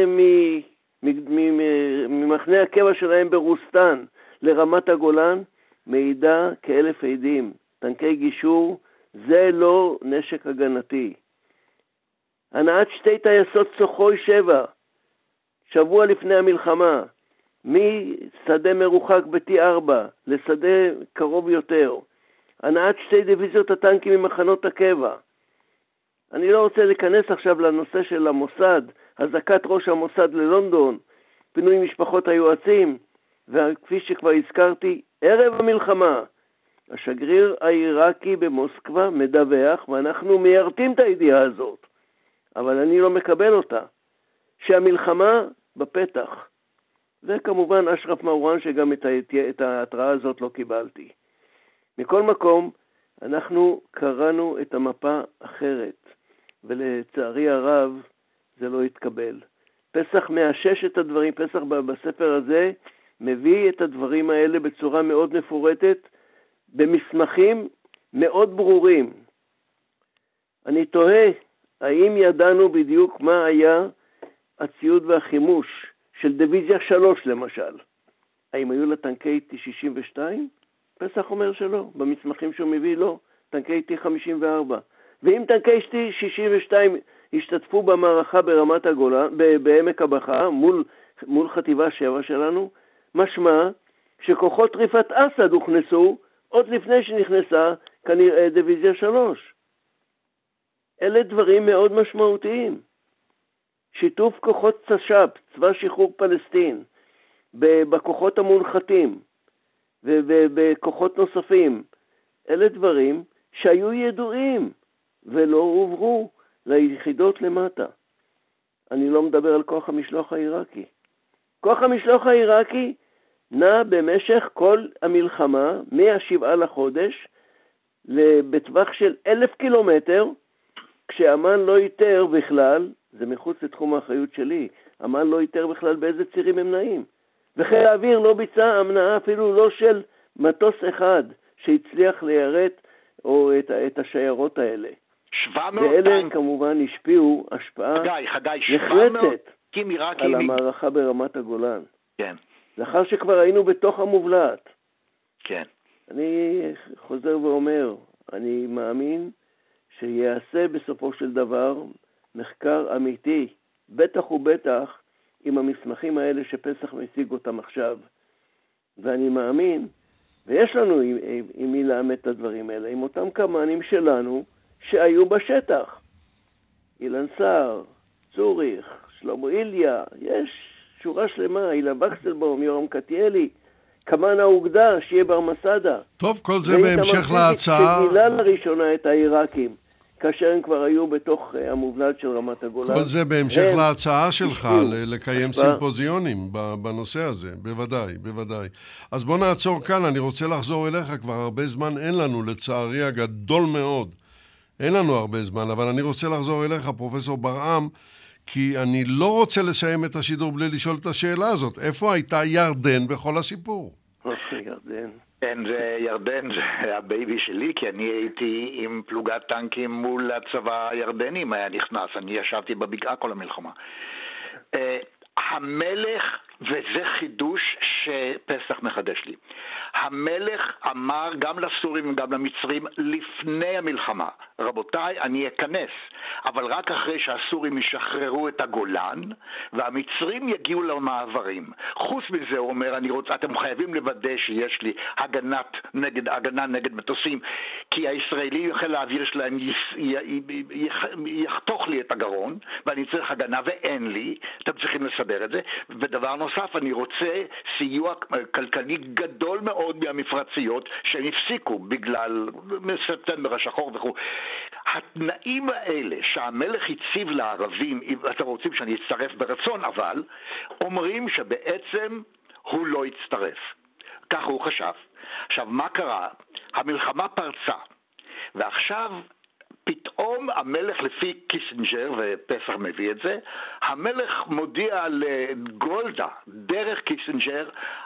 ממחנה הקבע שלהם ברוסטן לרמת הגולן מעידה כאלף עדים. טנקי גישור זה לא נשק הגנתי. הנעת שתי טייסות סוחוי שבע, שבוע לפני המלחמה, משדה מרוחק ב-טי ארבע לשדה קרוב יותר. הנעת שתי דיוויזיות הטנקים ממחנות הקבע. אני לא רוצה להיכנס עכשיו לנושא של המוסד, הזקת ראש המוסד ללונדון, פינוי משפחות היועצים, וכפי שכבר הזכרתי, ערב המלחמה, השגריר העיראקי במוסקבה מדווח, ואנחנו מיירתים את הידיעה הזאת, אבל אני לא מקבל אותה, שהמלחמה בפתח. וכמובן אשרף מרואן שגם את, את ההתראה הזאת לא קיבלתי. מכל מקום, אנחנו קראנו את המפה אחרת, ולצערי הרב זה לא התקבל. פסח מאשש את הדברים, פסח בספר הזה מביא את הדברים האלה בצורה מאוד מפורטת, במסמכים מאוד ברורים. אני תוהה, האם ידענו בדיוק מה היה הציוד והחימוש של דיוויזיה שלוש למשל? האם היו לה טנקי טי שישים ושתיים? פסח אומר שלא, במסמכים שהוא מביא לא, טנקי טי חמישים וארבע. ואם טנקי טי שישים ושתיים השתתפו במערכה ברמת הגולן, בעמק הבכה, מול, מול חטיבה שבע שלנו, משמע שכוחות ריפת אסד הוכנסו עוד לפני שנכנסה כנראה דיוויזיה שלוש. אלה דברים מאוד משמעותיים. שיתוף כוחות צש"פ, צבא שחרור פלסטין, בכוחות המונחתים ובכוחות נוספים, אלה דברים שהיו ידועים ולא עוברו ליחידות למטה. אני לא מדבר על כוח המשלוח העיראקי. כוח המשלוח העיראקי נע במשך כל המלחמה, מהשבעה לחודש, בטווח של אלף קילומטר, כשאמן לא ייתר בכלל, זה מחוץ לתחום האחריות שלי, אמן לא ייתר בכלל באיזה צירים הם נעים. וחיל האוויר לא ביצע אמנעה אפילו לא של מטוס אחד שהצליח ליירט או את, את השיירות האלה. שבע מאות ואלה טנק. כמובן השפיעו השפעה חגי, חגי, שבע מאות נחרצת טנקים על עיראקים. המערכה ברמת הגולן. כן, לאחר שכבר היינו בתוך המובלעת. כן. אני חוזר ואומר, אני מאמין שיעשה בסופו של דבר מחקר אמיתי, בטח ובטח עם המסמכים האלה שפסח משיג אותם עכשיו. ואני מאמין, ויש לנו עם, עם, עם מי לאמת את הדברים האלה, עם אותם כמאנים שלנו שהיו בשטח. אילן סער, צוריך, שלמה איליה, יש שורה שלמה, אילן בקסלבום, יורם קטיילי, כמן האוגדה, שיהיה בר מסדה. טוב, כל זה בהמשך להצעה. שגילה לראשונה את העיראקים. כאשר הם כבר היו בתוך המובלעת של רמת הגולן. כל זה בהמשך להצעה שלך לקיים סימפוזיונים בנושא הזה, בוודאי, בוודאי. אז בוא נעצור כאן, אני רוצה לחזור אליך, כבר הרבה זמן אין לנו, לצערי הגדול מאוד, אין לנו הרבה זמן, אבל אני רוצה לחזור אליך, פרופסור ברעם, כי אני לא רוצה לסיים את השידור בלי לשאול את השאלה הזאת. איפה הייתה ירדן בכל הסיפור? ירדן. כן, זה ירדן, זה הבייבי שלי, כי אני הייתי עם פלוגת טנקים מול הצבא הירדני, אם היה נכנס, אני ישבתי בבקעה כל המלחמה. המלך, וזה חידוש שפסח מחדש לי, המלך אמר גם לסורים וגם למצרים לפני המלחמה, רבותיי, אני אכנס, אבל רק אחרי שהסורים ישחררו את הגולן והמצרים יגיעו למעברים. חוץ מזה הוא אומר, אני רוצה, אתם חייבים לוודא שיש לי הגנת נגד, הגנה נגד מטוסים, כי הישראלי יוכל האוויר שלהם יחתוך לי את הגרון ואני צריך הגנה ואין לי, אתם צריכים לסדר את זה. ודבר נוסף, אני רוצה סיוע כלכלי גדול מאוד מהמפרציות שהם הפסיקו בגלל ספטמבר השחור וכו'. התנאים האלה שהמלך הציב לערבים, אם אתם רוצים שאני אצטרף ברצון, אבל אומרים שבעצם הוא לא יצטרף. כך הוא חשב. עכשיו, מה קרה? המלחמה פרצה, ועכשיו פתאום המלך, לפי קיסינג'ר, ופסח מביא את זה, המלך מודיע לגולדה, דרך קיסינג'ר,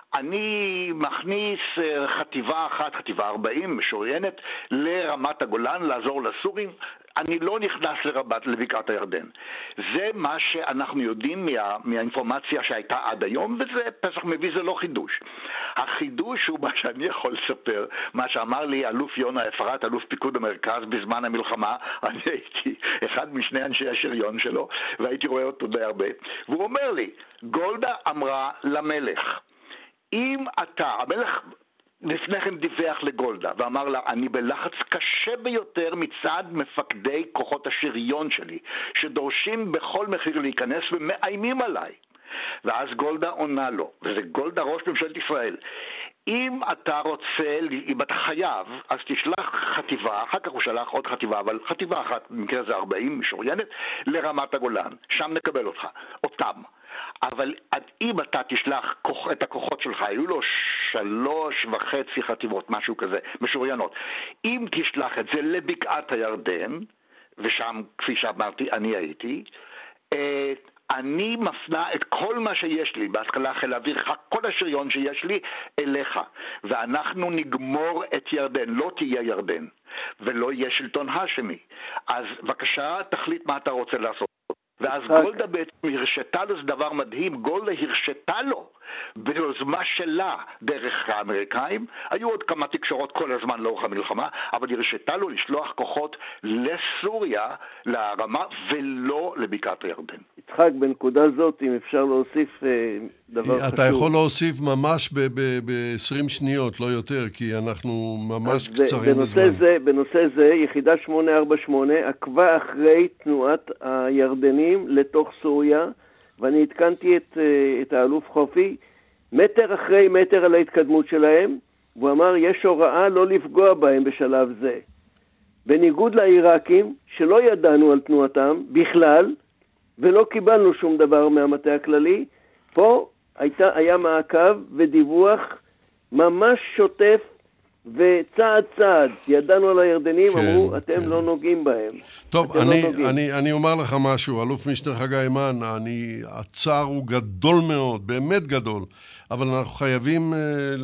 אני מכניס חטיבה אחת, חטיבה ארבעים, משוריינת, לרמת הגולן, לעזור לסורים, אני לא נכנס לרבת, לבקעת הירדן. זה מה שאנחנו יודעים מה, מהאינפורמציה שהייתה עד היום, וזה פסח מביא, זה לא חידוש. החידוש הוא מה שאני יכול לספר, מה שאמר לי אלוף יונה אפרת, אלוף פיקוד המרכז בזמן המלחמה, אני הייתי אחד משני אנשי השריון שלו, והייתי רואה אותו די הרבה, והוא אומר לי, גולדה אמרה למלך, אם אתה, המלך לפני כן דיווח לגולדה ואמר לה, אני בלחץ קשה ביותר מצד מפקדי כוחות השריון שלי, שדורשים בכל מחיר להיכנס ומאיימים עליי. ואז גולדה עונה לו, וזה גולדה ראש ממשלת ישראל, אם אתה רוצה, אם אתה חייב, אז תשלח חטיבה, אחר כך הוא שלח עוד חטיבה, אבל חטיבה אחת, במקרה זה ארבעים, משוריינת, לרמת הגולן, שם נקבל אותך, אותם. אבל אם אתה תשלח כוח, את הכוחות שלך, היו לו שלוש וחצי חטיבות, משהו כזה, משוריינות. אם תשלח את זה לבקעת הירדן, ושם, כפי שאמרתי, אני הייתי, אה, אני מפנה את כל מה שיש לי, בהשכלה חיל האוויר, כל השריון שיש לי, אליך. ואנחנו נגמור את ירדן, לא תהיה ירדן, ולא יהיה שלטון השמי. אז בבקשה, תחליט מה אתה רוצה לעשות. ואז גולדה בעצם הרשתה לו, זה דבר מדהים, גולדה הרשתה לו ביוזמה שלה דרך האמריקאים, היו עוד כמה תקשורות כל הזמן לאורך המלחמה, אבל הרשתה לו לשלוח כוחות לסוריה, לרמה, ולא לבקעת הירדן. יצחק, בנקודה זאת, אם אפשר להוסיף דבר חשוב. אתה יכול להוסיף ממש ב-עשרים שניות, לא יותר, כי אנחנו ממש קצרים בזמן. בנושא זה, יחידה שמונה ארבע שמונה עקבה אחרי תנועת הירדנים לתוך סוריה, ואני התקנתי את, את האלוף חופי, מטר אחרי מטר על ההתקדמות שלהם, והוא אמר, יש הוראה לא לפגוע בהם בשלב זה. בניגוד לעיראקים, שלא ידענו על תנועתם בכלל, ולא קיבלנו שום דבר מהמטה הכללי, פה הייתה, היה מעקב ודיווח ממש שוטף, וצעד צעד, ידענו על הירדנים, כן, אמרו, אתם כן. לא נוגעים בהם. טוב, אני, לא נוגעים. אני, אני אומר לך משהו, אלוף משנה חגי הימן, אני, הצער הוא גדול מאוד, באמת גדול, אבל אנחנו חייבים uh,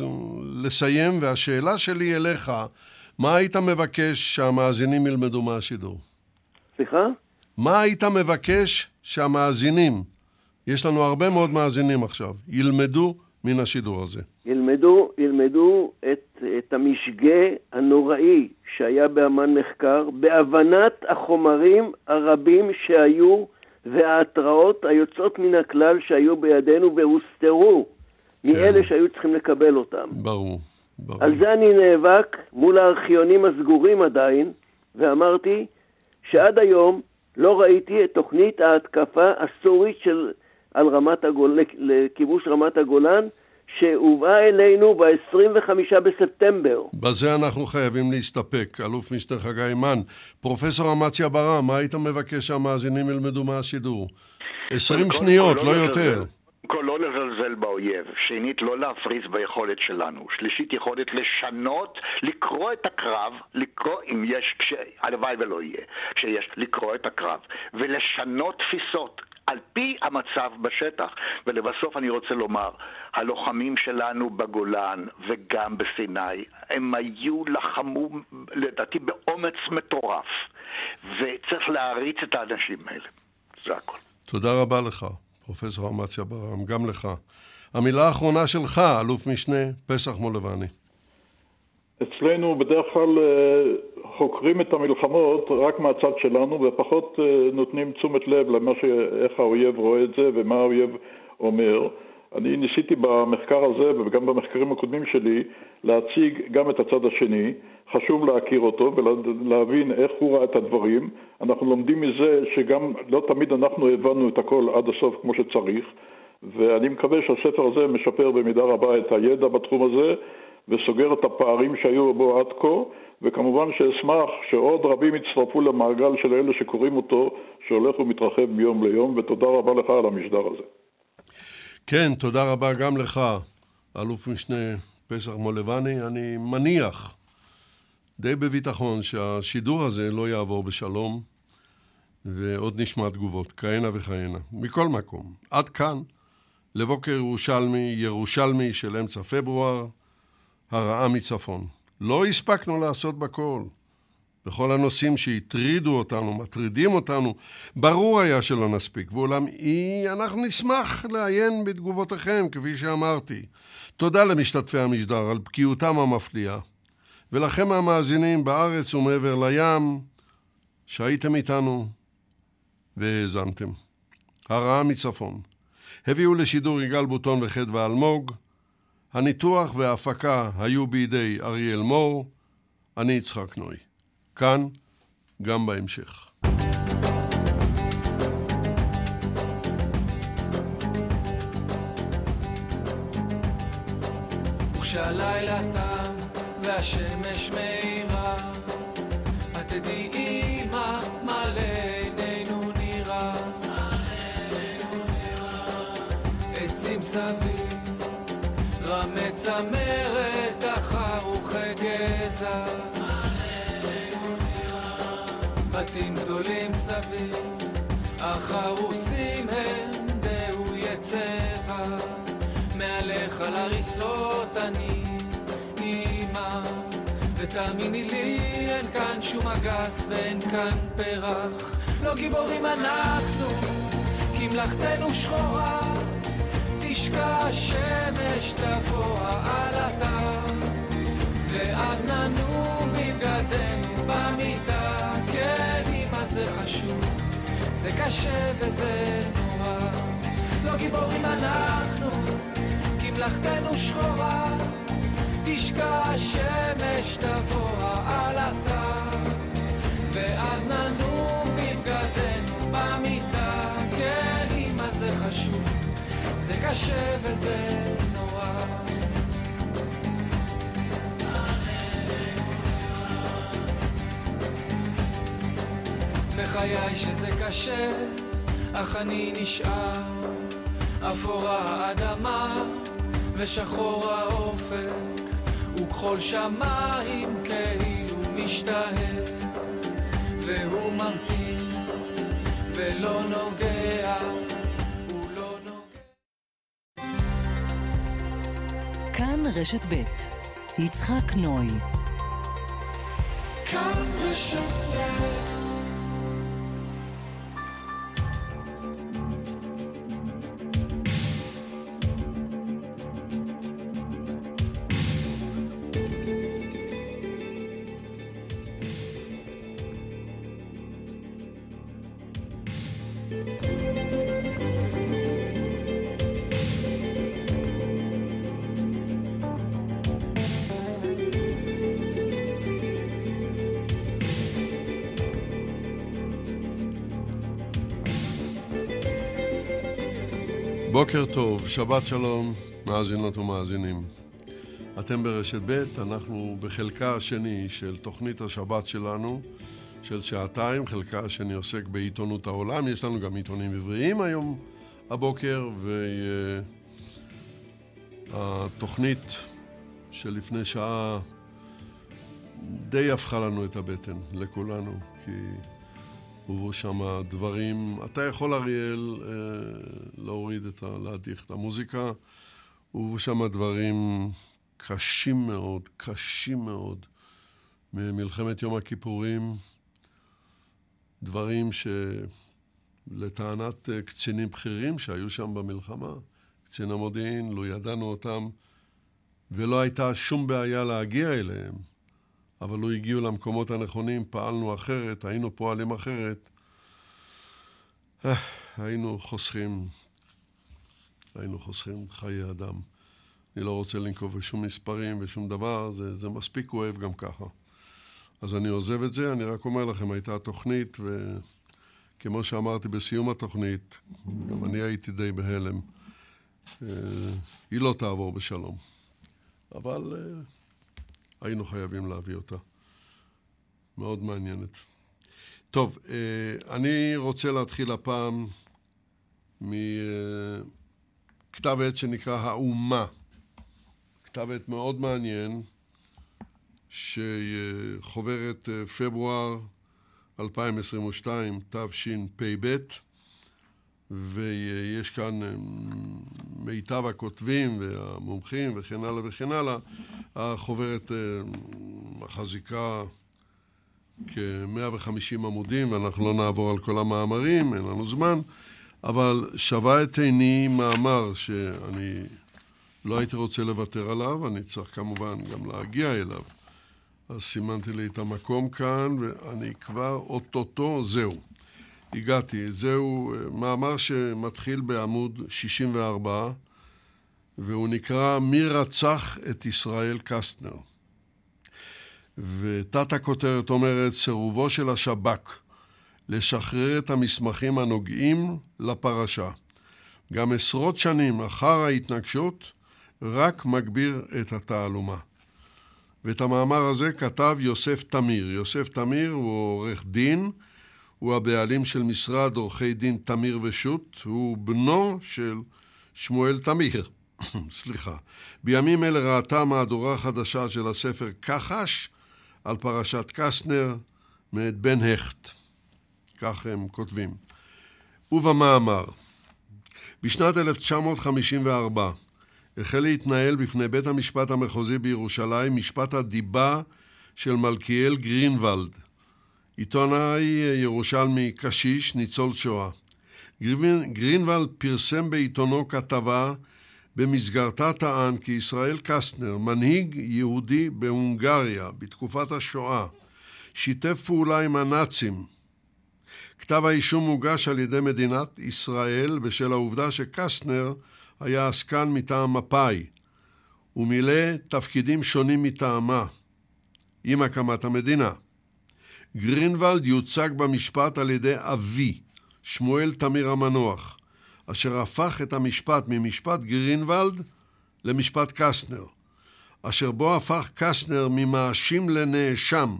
לסיים, והשאלה שלי אליך, מה היית מבקש שהמאזינים ילמדו מהשידור? סליחה? מה היית מבקש שהמאזינים, יש לנו הרבה מאוד מאזינים עכשיו, ילמדו מן השידור הזה? ילמדו, ילמדו את, את המשגה הנוראי שהיה באמן מחקר, בהבנת החומרים הרבים שהיו וההתראות היוצאות מן הכלל שהיו בידינו והוסתרו כן. מאלה שהיו צריכים לקבל אותם. ברור, ברור. על זה אני נאבק מול הארכיונים הסגורים עדיין, ואמרתי שעד היום לא ראיתי את תוכנית ההתקפה הסורית של, על רמת הגולן, לכיבוש רמת הגולן, שהובאה אלינו ב-עשרים וחמישה בספטמבר. בזה אנחנו חייבים להסתפק. אלוף משנה חגי מן, פרופסור אמציה ברם, מה היית מבקש שהמאזינים ילמדו מהשידור? עשרים שניות, לא יותר. כל לא לזלזל באויב, שנית לא להפריז ביכולת שלנו, שלישית יכולת לשנות, לקרוא את הקרב, לקרוא אם יש, כש... הלוואי ולא יהיה, שיש לקרוא את הקרב ולשנות תפיסות על פי המצב בשטח. ולבסוף אני רוצה לומר, הלוחמים שלנו בגולן וגם בסיני, הם היו לחמו לדעתי באומץ מטורף, וצריך להריץ את האנשים האלה. זה הכל. תודה רבה לך פרופסור אמציה ברם, גם לך. המילה האחרונה שלך, אלוף משנה פסח מולבני. אצלנו בדרך כלל חוקרים את המלחמות רק מהצד שלנו, ופחות נותנים תשומת לב למה ש... איך האויב רואה את זה ומה האויב אומר. אני ניסיתי במחקר הזה וגם במחקרים הקודמים שלי להציג גם את הצד השני. חשוב להכיר אותו ולהבין איך הוא ראה את הדברים. אנחנו לומדים מזה שגם לא תמיד אנחנו הבנו את הכל עד הסוף כמו שצריך, ואני מקווה שהספר הזה משפר במידה רבה את הידע בתחום הזה וסוגר את הפערים שהיו בו עד כה, וכמובן שאשמח שעוד רבים יצטרפו למעגל של אלה שקוראים אותו, שהולך ומתרחב מיום ליום, ותודה רבה לך על המשדר הזה. כן, תודה רבה גם לך, אלוף משנה פסח מולבני. אני מניח די בביטחון שהשידור הזה לא יעבור בשלום, ועוד נשמע תגובות, כהנה וכהנה. מכל מקום, עד כאן, לבוקר ירושלמי, ירושלמי של אמצע פברואר, הרעה מצפון. לא הספקנו לעשות בכל. בכל הנושאים שהטרידו אותנו, מטרידים אותנו, ברור היה שלא נספיק, ואולם אנחנו נשמח לעיין בתגובותיכם, כפי שאמרתי. תודה למשתתפי המשדר על בקיאותם המפליאה, ולכם המאזינים בארץ ומעבר לים, שהייתם איתנו והאזנתם. הרעה מצפון. הביאו לשידור יגאל בוטון וחדווה אלמוג. הניתוח וההפקה היו בידי אריאל מור. אני יצחק נוי. כאן, גם בהמשך. וכשהלילה תם והשמש מאירה, את תדעי מה מלא עינינו נראה, עצים סביב רמי צמרת החרוכי גזע, בתים גדולים סביב החרוסים הם דהוי צבע, מעליך על הריסות אני אימא, ותאמיני לי אין כאן שום אגס ואין כאן פרח, לא גיבורים אנחנו כי מלאכתנו שחורה, תשקע השמש תבוא העלתה, ואז ננום בבגדנו במיטה, כן אמא זה חשוב, זה קשה וזה נורא, לא גיבורים אנחנו כי מלאכתנו שחורה, תשקע השמש תבוא העלתה, ואז ננום בבגדנו במיטה, כן אמא זה חשוב, זה קשה וזה נורא. בחיי שזה קשה, אך אני נשאר, אפורה האדמה ושחור האופק, וכחול שמיים כאילו משתהה, והוא ממתין ולא נוגע, הוא לא נוגע. כאן רשת ב' יצחק נוי. כאן רשת ב'. בוקר טוב, שבת שלום, מאזינות ומאזינים. אתם ברשת ב', אנחנו בחלקה השני של תוכנית השבת שלנו, של שעתיים. חלקה השני עוסק בעיתונות העולם. יש לנו גם עיתונים עבריים היום הבוקר, והתוכנית שלפני שעה די הפכה לנו את הבטן לכולנו, כי הובאו שם דברים. אתה יכול, אריאל, להוריד את ה... להדיח את המוזיקה. הובאו שם דברים קשים מאוד, קשים מאוד, ממלחמת יום הכיפורים, דברים שלטענת קצינים בכירים שהיו שם במלחמה, קצין המודיעין, לא ידענו אותם, ולא הייתה שום בעיה להגיע אליהם, אבל לא הגיעו למקומות הנכונים, פעלנו אחרת, היינו פועלים אחרת, היינו חוסכים, היינו חוסכים חיי אדם. אני לא רוצה לנקוב בשום מספרים ושום דבר, זה, זה מספיק כואב גם ככה. אז אני עוזב את זה, אני רק אומר לכם, הייתה תוכנית, וכמו שאמרתי בסיום התוכנית, גם אני הייתי די בהלם, היא לא תעבור בשלום. אבל היינו חייבים להביא אותה. מאוד מעניינת. טוב, אני רוצה להתחיל הפעם מכתב עת שנקרא האומה. כתב עת מאוד מעניין, שחוברת פברואר אלפיים עשרים ושתיים, תשפ"ב, ויש כאן מיטב הכותבים והמומחים וכן הלאה וכן הלאה. החוברת מחזיקה כ-מאה וחמישים עמודים, ואנחנו לא נעבור על כל המאמרים, אין לנו זמן, אבל שווה את עיני מאמר שאני לא הייתי רוצה לוותר עליו, אני צריך כמובן גם להגיע אליו. אז סימנתי לי את המקום כאן, ואני כבר אוטוטו, זהו. הגעתי, זהו מאמר שמתחיל בעמוד שישים וארבע, והוא נקרא מי רצח את ישראל קסטנר. ותת הכותרת אומרת, סירובו של השב"כ לשחרר את המסמכים הנוגעים לפרשה. גם עשרות שנים אחר ההתנגשות, רק מגביר את התעלומה. ואת המאמר הזה כתב יוסף תמיר. יוסף תמיר הוא עורך דין, הוא הבעלים של משרד עורכי דין תמיר ושות', הוא בנו של שמואל תמיר. סליחה. בימים אלה ראתה מהדורה חדשה של הספר כחש על פרשת קסטנר מאת בן הכט. כך הם כותבים. ובמאמר, בשנת אלף תשע מאות חמישים וארבע החל להתנהל בפני בית המשפט המחוזי בירושלים משפט הדיבה של מלכיאל גרינוולד, עיתונאי ירושלמי קשיש, ניצול שואה. גרינוולד פרסם בעיתונו כתבה במסגרתה טען כי ישראל קסטנר, מנהיג יהודי בהונגריה בתקופת השואה, שיתף פעולה עם הנאצים. כתב האישום הוגש על ידי מדינת ישראל בשל העובדה שקסטנר היה עסקן מטעם מפא"י, ומילא תפקידים שונים מטעמה עם הקמת המדינה. גרינוולד יוצג במשפט על ידי אבי, שמואל תמיר המנוח, אשר הפך את המשפט ממשפט גרינוולד למשפט קסטנר, אשר בו הפך קסטנר ממאשים לנאשם.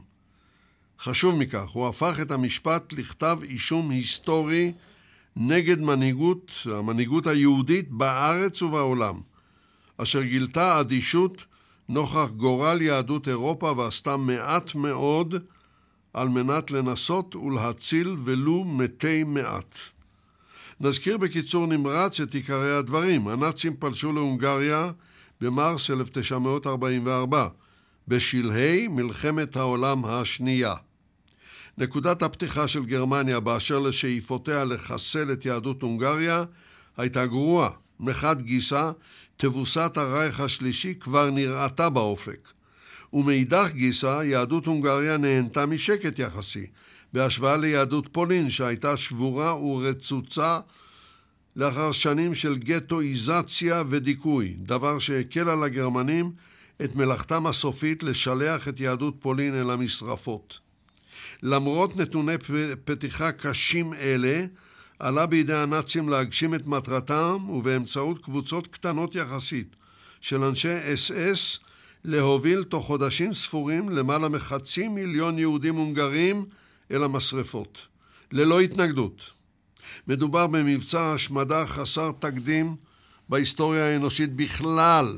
חשוב מכך, הוא הפך את המשפט לכתב אישום היסטורי נגד מנהיגות, המנהיגות היהודית בארץ ובעולם, אשר גילתה אדישות נוכח גורל יהדות אירופה ועשתה מעט מאוד על מנת לנסות ולהציל ולו מתי מעט. נזכיר בקיצור נמרץ את עיקרי הדברים. הנאצים פלשו להונגריה במרס אלף תשע מאות ארבעים וארבע, בשלהי מלחמת העולם השנייה. נקודת הפתיחה של גרמניה באשר לשאיפותיה לחסל את יהדות הונגריה הייתה גרועה. מחד גיסא, תבוסת הרייך השלישי כבר נראתה באופק. ומאידך גיסא, יהדות הונגריה נהנתה משקט יחסי, בהשוואה ליהדות פולין שהייתה שבורה ורצוצה לאחר שנים של גטואיזציה ודיכוי, דבר שהקל על הגרמנים את מלאכתם הסופית לשלח את יהדות פולין אל המשרפות. למרות נתוני פתיחה קשים אלה, עלה בידי הנאצים להגשים את מטרתם, ובאמצעות קבוצות קטנות יחסית של אנשי אס אס, להוביל תוך חודשים ספורים למעלה מחצי מיליון יהודים הונגרים אל המשרפות, ללא התנגדות. מדובר במבצע השמדה חסר תקדים בהיסטוריה האנושית בכלל,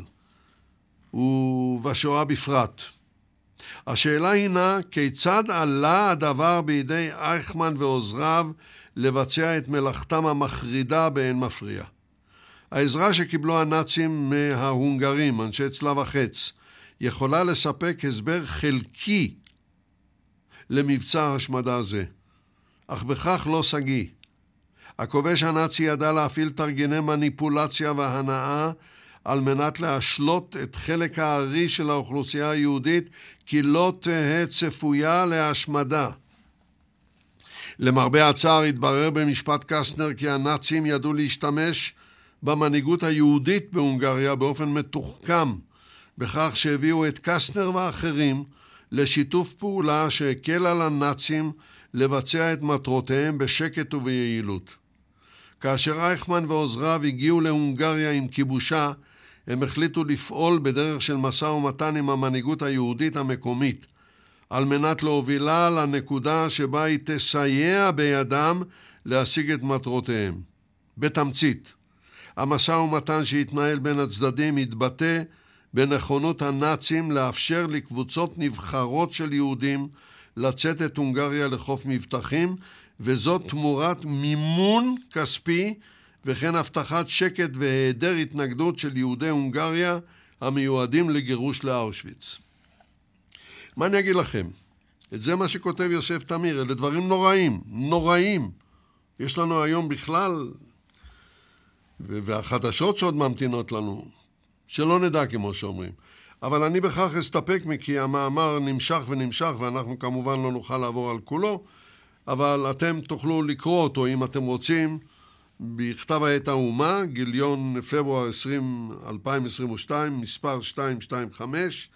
ובשואה בפרט. השאלה הינה, כיצד עלה הדבר בידי אייכמן ועוזריו לבצע את מלאכתם המחרידה באין מפריע? העזרה שקיבלו הנאצים מההונגרים, אנשי צלב החץ, יכולה לספק הסבר חלקי למבצע השמדה זה, אך בכך לא סגי. הכובש הנאצי ידע להפעיל תרגיני מניפולציה והנאה על מנת להשלות את חלק הארי של האוכלוסייה היהודית כי לא תהא צפויה להשמדה. למרבה הצער התברר במשפט קסטנר כי הנאצים ידעו להשתמש במנהיגות היהודית בהונגריה באופן מתוחכם, בכך שהביאו את קסטנר ואחרים לשיתוף פעולה שהקל על הנאצים לבצע את מטרותיהם בשקט וביעילות. כאשר אייכמן ועוזריו הגיעו להונגריה עם כיבושה, הם החליטו לפעול בדרך של משא ומתן עם המנהיגות היהודית המקומית, על מנת להובילה לנקודה שבה היא תסייע בידם להשיג את מטרותיהם. בתמצית, המשא ומתן שהתנהל בין הצדדים התבטא בנכונות הנאצים לאפשר לקבוצות נבחרות של יהודים לצאת את הונגריה לחוף מבטחים, וזאת תמורת מימון כספי וכן הבטחת שקט והיעדר התנגדות של יהודי הונגריה המיועדים לגירוש לאושוויץ. מה אני אגיד לכם? את זה מה שכותב יוסף תמיר, אלה דברים נוראים, נוראים. יש לנו היום בכלל, והחדשות שעוד ממתינות לנו, שלא נדע כמו שאומרים. אבל אני בכך אסתפק מכי המאמר נמשך ונמשך, ואנחנו כמובן לא נוכל לעבור על כולו, אבל אתם תוכלו לקרוא אותו אם אתם רוצים, בכתב העת האומה, גיליון פברואר עשרים, אלפיים עשרים ושתיים, מספר שתיים שתיים חמש,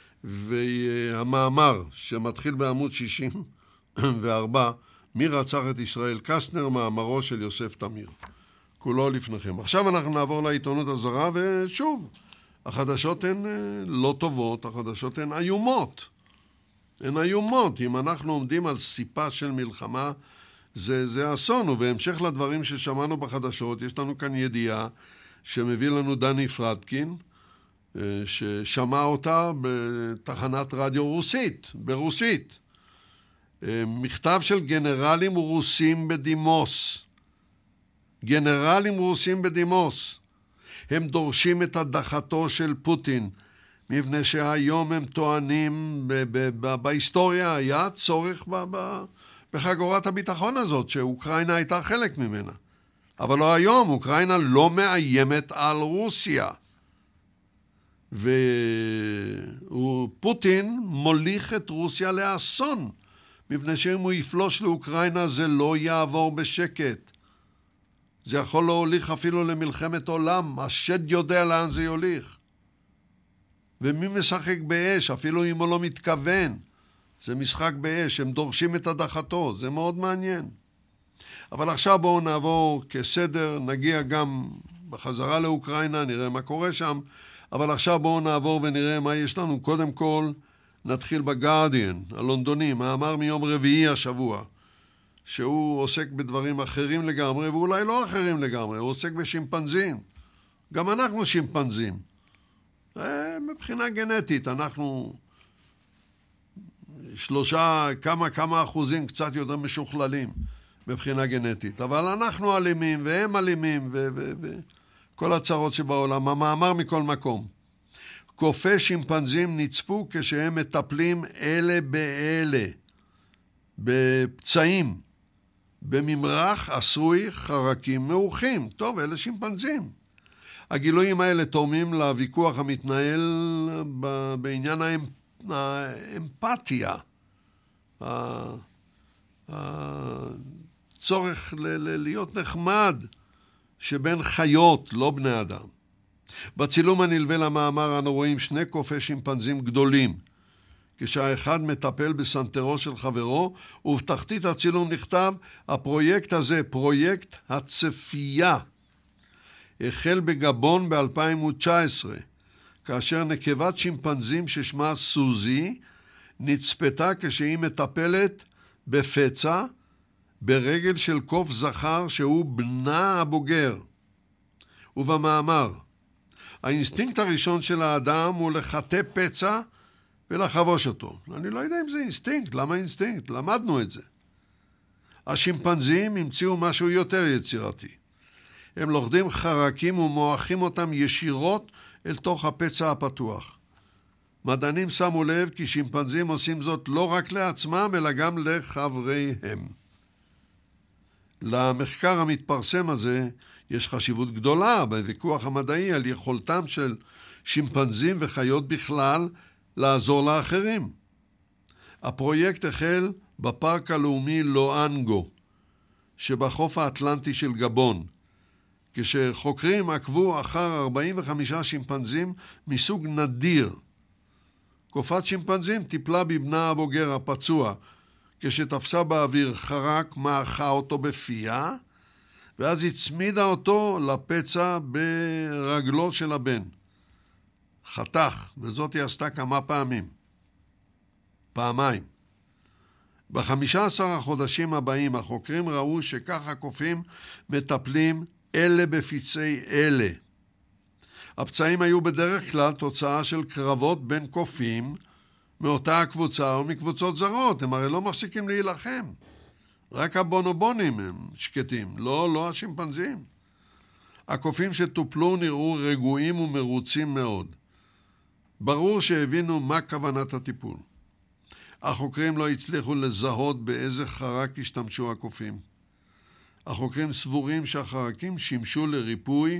והמאמר שמתחיל בעמוד שישים וארבע, מי רצח את ישראל? קסטנר, מאמרו של יוסף תמיר. כולו לפניכם. עכשיו אנחנו נעבור לעיתונות הזרה, ושוב, החדשות הן לא טובות, החדשות הן איומות. הן איומות. אם אנחנו עומדים על סיפה של מלחמה, זה, זה אסון. ובהמשך לדברים ששמענו בחדשות, יש לנו כאן ידיעה שמביא לנו דני פרדקין, ששמע אותה בתחנת רדיו רוסית, ברוסית. מכתב של גנרלים רוסים בדימוס. גנרלים רוסים בדימוס. הם דורשים את הדחתו של פוטין, מפני שהיום הם טוענים, ב- ב- ב- בהיסטוריה היה צורך ב- ב- בחגורת הביטחון הזאת, שאוקראינה הייתה חלק ממנה. אבל לא היום, אוקראינה לא מאיימת על רוסיה. ופוטין מוליך את רוסיה לאסון, מפני שאם הוא יפלוש לאוקראינה זה לא יעבור בשקט. זה יכול להוליך אפילו למלחמת עולם, השד יודע לאן זה יוליך. ומי משחק באש, אפילו אם הוא לא מתכוון, זה משחק באש, הם דורשים את הדחתו, זה מאוד מעניין. אבל עכשיו בואו נעבור כסדר, נגיע גם בחזרה לאוקראינה, נראה מה קורה שם, אבל עכשיו בואו נעבור ונראה מה יש לנו. קודם כל, נתחיל בגארדיאן, הלונדוני, מאמר מיום רביעי השבוע, שהוא עוסק בדברים אחרים לגמרי, ואולי לא אחרים לגמרי, הוא עוסק בשימפנזים. גם אנחנו שימפנזים. מבחינה גנטית, אנחנו שלושה, כמה, כמה אחוזים קצת יותר משוכללים מבחינה גנטית. אבל אנחנו אלימים, והם אלימים, וכל הצרות שבעולם. המאמר מכל מקום. קופי שימפנזים נצפו כשהם מטפלים אלה באלה, בפצעים, בממרח עשוי חרקים מעוכים. טוב, אלה שימפנזים. הגילויים האלה תורמים לוויכוח המתנהל בעניין האמפתיה, הצורך להיות נחמד שבין חיות, לא בני אדם. בצילום הנלווה למאמר אנו רואים שני קופי שימפנזים גדולים, כשהאחד מטפל בסנטרו של חברו, ובתחתית הצילום נכתב, הפרויקט הזה, פרויקט הצפייה, החל בגבון ב-אלפיים תשע עשרה, כאשר נקבת שימפנזים ששמה סוזי, נצפתה כשהיא מטפלת בפצע, ברגל של קוף זכר שהוא בנה הבוגר. ובמאמר, האינסטינקט הראשון של האדם הוא לחטא פצע ולחבוש אותו. אני לא יודע אם זה אינסטינקט, למה אינסטינקט? למדנו את זה. השימפנזים המציאו משהו יותר יצירתי. הם לוכדים חרקים ומועכים אותם ישירות אל תוך הפצע הפתוח. מדענים שמו לב כי שימפנזים עושים זאת לא רק לעצמם, אלא גם לחבריהם. למחקר המתפרסם הזה יש חשיבות גדולה בוויכוח המדעי על יכולתם של שימפנזים וחיות בכלל לעזור לאחרים. הפרויקט החל בפארק הלאומי לואנגו, שבחוף האטלנטי של גבון, כשחוקרים עקבו אחר ארבעים וחמישה שימפנזים מסוג נדיר. קופת שימפנזים טיפלה בבנה הבוגר הפצוע, כשתפסה באוויר חרק, מעכה אותו בפיה, ואז הצמידה אותו לפצע ברגלו של הבן. חתך, וזאת היא עשתה כמה פעמים. פעמיים. בחמישה עשר החודשים הבאים החוקרים ראו שכך הקופים מטפלים אלה בפצעי אלה. הפצעים היו בדרך כלל תוצאה של קרבות בין קופים מאותה הקבוצה או מקבוצות זרות. הם הרי לא מפסיקים להילחם. רק הבונובונים הם שקטים, לא, לא השימפנזים. הקופים שטופלו נראו רגועים ומרוצים מאוד. ברור שהבינו מה כוונת הטיפול. החוקרים לא הצליחו לזהות באיזה חרק השתמשו הקופים. החוקרים סבורים שהחרקים שימשו לריפוי,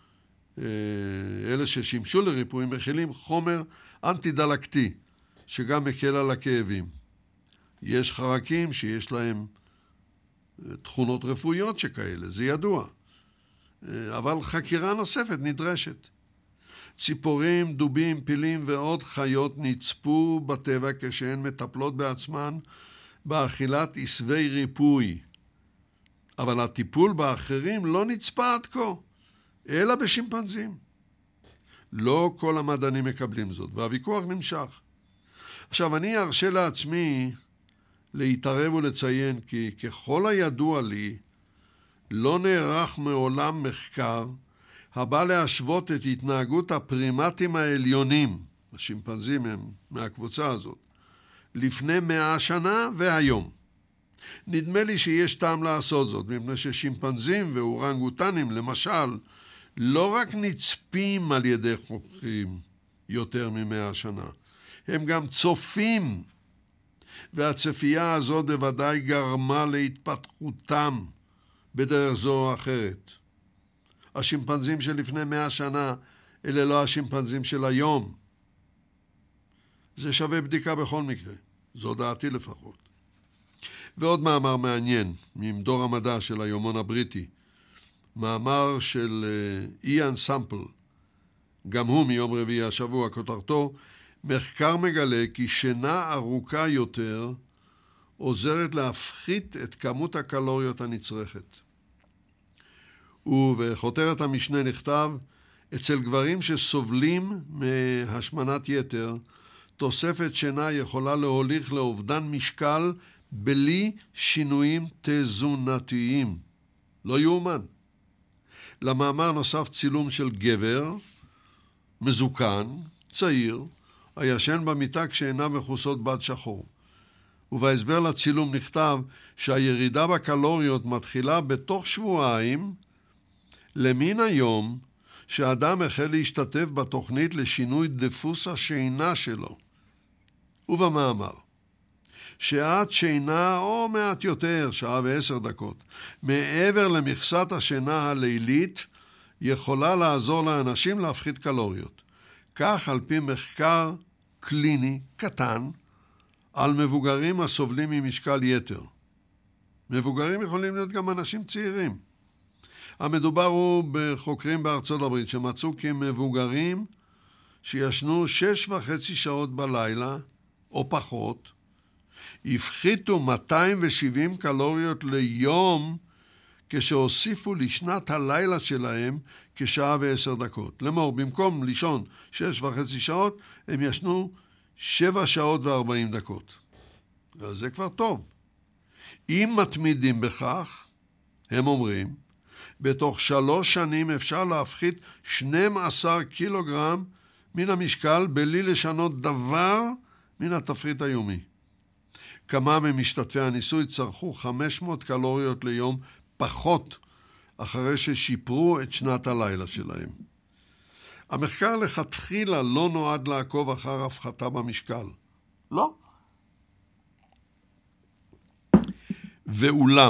אלה ששימשו לריפוי מכילים חומר אנטי-דלקתי, שגם מקל על הכאבים. יש חרקים שיש להם תכונות רפואיות שכאלה, זה ידוע. אבל חקירה נוספת נדרשת. ציפורים, דובים, פילים ועוד חיות נצפו בטבע כשהן מטפלות בעצמן באכילת עשבי ריפוי. אבל הטיפול באחרים לא נצפה עד כה, אלא בשימפנזים. לא כל המדענים מקבלים זאת, והוויכוח נמשך. עכשיו, אני ארשה לעצמי להתערב ולציין כי ככל הידוע לי, לא נערך מעולם מחקר הבא להשוות את התנהגות הפרימטים העליונים, השימפנזים הם מהקבוצה הזאת, לפני מאה שנה והיום. נדמה לי שיש טעם לעשות זאת, מפני ששימפנזים ואורנגוטנים, למשל, לא רק נצפים על ידי חוקרים יותר ממאה שנה, הם גם צופים, והצפייה הזאת בוודאי גרמה להתפתחותם בדרך זו או אחרת. השימפנזים שלפני מאה שנה, אלה לא השימפנזים של היום. זה שווה בדיקה בכל מקרה, זו דעתי לפחות. ועוד מאמר מעניין, ממדור המדע של היומון הבריטי, מאמר של איאן סמפל, גם הוא מיום רביעי השבוע, כותרתו, מחקר מגלה כי שינה ארוכה יותר עוזרת להפחית את כמות הקלוריות הנצרכת. ובכותרת המשנה נכתב, אצל גברים שסובלים מהשמנת יתר, תוספת שינה יכולה להוליך לאובדן משקל בלי שינויים תזונתיים. לא יאומן. למאמר נוסף צילום של גבר, מזוקן, צעיר, הישן במיטה כשעיניו מכוסות בד שחור. ובהסבר לצילום נכתב שהירידה בקלוריות מתחילה בתוך שבועיים, למין היום שאדם החל להשתתף בתוכנית לשינוי דפוס השינה שלו. ובמאמר, שעת שינה או מעט יותר, שעה ועשר דקות, מעבר למכסת השינה הלילית, יכולה לעזור לאנשים להפחית קלוריות. כך על פי מחקר קליני קטן על מבוגרים הסובלים ממשקל יתר. מבוגרים יכולים להיות גם אנשים צעירים. המדובר הוא בחוקרים בארצות הברית שמצאו כי מבוגרים שישנו שש וחצי שעות בלילה או פחות, הפחיתו מאתיים ושבעים קלוריות ליום כשהוסיפו לשנת הלילה שלהם כשעה ועשר דקות. לאמור, במקום לישון שש וחצי שעות, הם ישנו שבע שעות וארבעים דקות. אז זה כבר טוב. אם מתמידים בכך, הם אומרים, בתוך שלוש שנים אפשר להפחית שנים עשר קילוגרם מן המשקל בלי לשנות דבר מן התפריט היומי. כמה ממשתתפי הניסוי צרכו חמש מאות קלוריות ליום פחות אחרי ששיפרו את שנת הלילה שלהם. המחקר לכתחילה לא נועד לעקוב אחר הפחתה במשקל. לא. ואולם,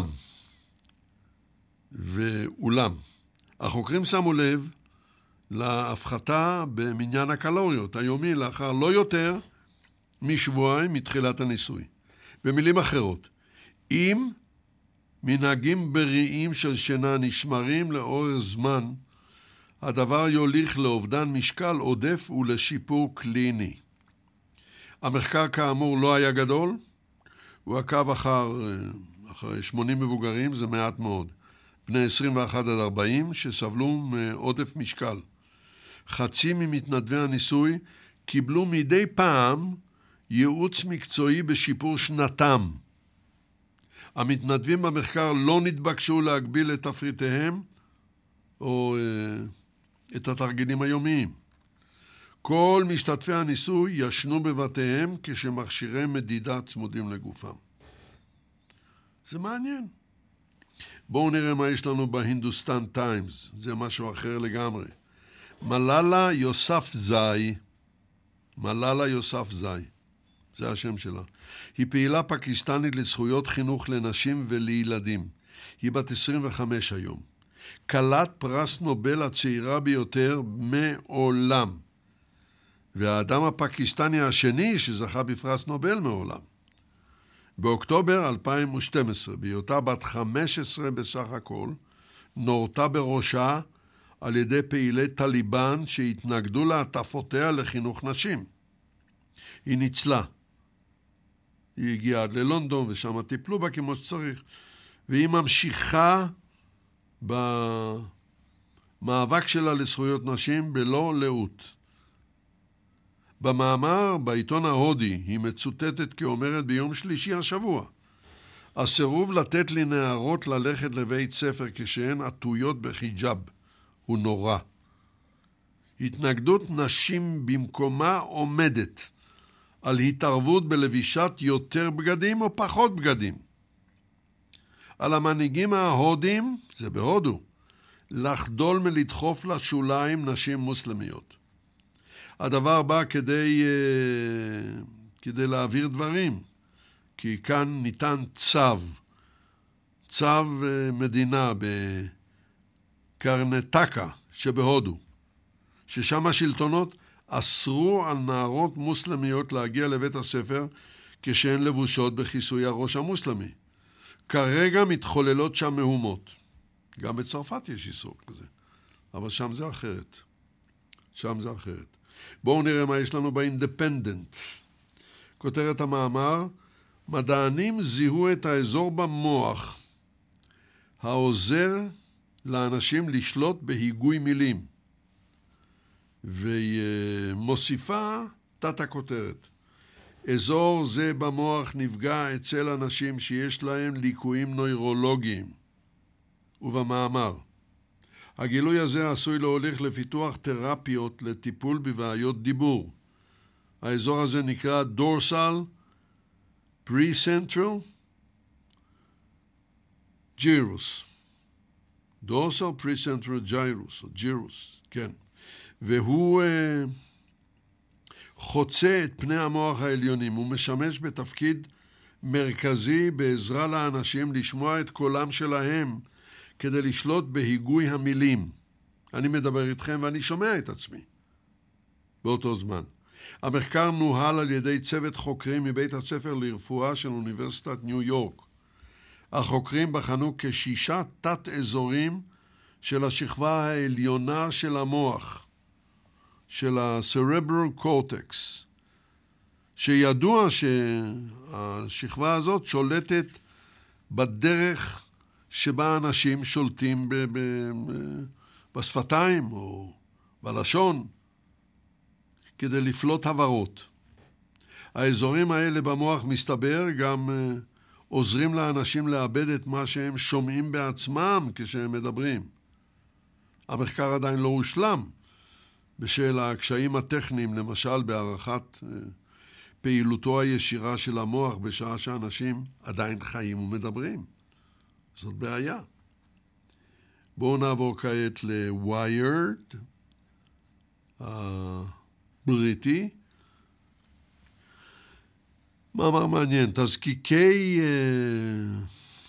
ואולם, החוקרים שמו לב להפחתה במניין הקלוריות היומי לאחר לא יותר משבועיים מתחילת הניסוי. במילים אחרות, אם מנהגים בריאים של שינה נשמרים לאורך זמן, הדבר יוליך לאובדן משקל עודף ולשיפור קליני. המחקר כאמור לא היה גדול, הוא עקב אחר, אחרי שמונים מבוגרים, זה מעט מאוד, בני עשרים ואחת עד ארבעים שסבלו מעודף משקל. חצי ממתנדבי הניסוי קיבלו מדי פעם ייעוץ מקצועי בשיפור שנתם. המתנדבים במחקר לא נתבקשו להגביל את תפריטיהם או uh, את התרגילים היומיים. כל משתתפי הניסוי ישנו בבתיהם כשמכשירי מדידה צמודים לגופם. זה מעניין. בואו נראה מה יש לנו בהינדוסטן טיימס. זה משהו אחר לגמרי. מלאלה יוספזאי, מלאלה יוספזאי, זה השם שלה. היא פעילה פקיסטנית לזכויות חינוך לנשים ולילדים. היא בת עשרים וחמש היום. כלת פרס נובל הצעירה ביותר מעולם. והאדם הפקיסטני השני שזכה בפרס נובל מעולם. באוקטובר אלפיים ושתים עשרה, בהיותה בת חמש עשרה בסך הכל, נורתה בראשה על ידי פעילי טליבן שהתנגדו להטפותיה לחינוך נשים. היא ניצלה. היא הגיעה עד ללונדון ושם טיפלו בה כמו שצריך. והיא ממשיכה במאבק שלה לזכויות נשים בלא לאות. במאמר בעיתון ההודי היא מצוטטת כאומרת ביום שלישי השבוע, הסירוב לתת לי נערות ללכת לבית ספר כשהן עטויות בחיג'אב הוא נורא. התנגדות נשים במקומה עומדת על התערבות בלבישת יותר בגדים או פחות בגדים. על המנהיגים ההודים, זה בהודו, לחדול מלדחוף לשוליים נשים מוסלמיות. הדבר בא כדי, כדי להעביר דברים, כי כאן ניתן צו, צו מדינה בקרנטקה שבהודו, ששם השלטונות אסרו על נערות מוסלמיות להגיע לבית הספר כשהן לבושות בכיסוי הראש המוסלמי. כרגע מתחוללות שם מהומות. גם בצרפת יש איסור כזה, אבל שם זה אחרת. שם זה אחרת. בואו נראה מה יש לנו באינדפנדנט. כותרת המאמר, מדענים זיהו את האזור במוח העוזר לאנשים לשלוט בהיגוי מילים. ומוסיפה תת הכותרת. אזור זה במוח נפגע אצל אנשים שיש להם ליקויים נוירולוגיים. ובמאמר, הגילוי הזה עשוי להוליך לפיתוח תרפיות לטיפול בבעיות דיבור. האזור הזה נקרא דורסל פרי-סנטרל ג'ירוס. דורסל פרי-סנטרל ג'ירוס, או ג'ירוס, כן. והוא uh, חוצה את פני המוח העליונים. הוא משמש בתפקיד מרכזי בעזרה לאנשים לשמוע את קולם שלהם כדי לשלוט בהיגוי המילים. אני מדבר איתכם ואני שומע את עצמי באותו זמן. המחקר נוהל על ידי צוות חוקרים מבית הספר לרפואה של אוניברסיטת ניו יורק. החוקרים בחנו כשישה תת-אזורים של השכבה העליונה של המוח, של ה-cerebral cortex, שידוע שהשכבה הזאת שולטת בדרך שבה אנשים שולטים ב- ב- ב- בשפתיים או בלשון כדי לפלוט הברות. האזורים האלה במוח מסתבר גם uh, עוזרים לאנשים לאבד את מה שהם שומעים בעצמם כשהם מדברים. המחקר עדיין לא הושלם בשל הקשיים הטכניים, למשל בהערכת uh, פעילותו הישירה של המוח בשעה שאנשים עדיין חיים ומדברים. זאת בעיה. בואו נעבור כעת ל-Wired, הבריטי. מאמר מעניין, תזקיקי אה,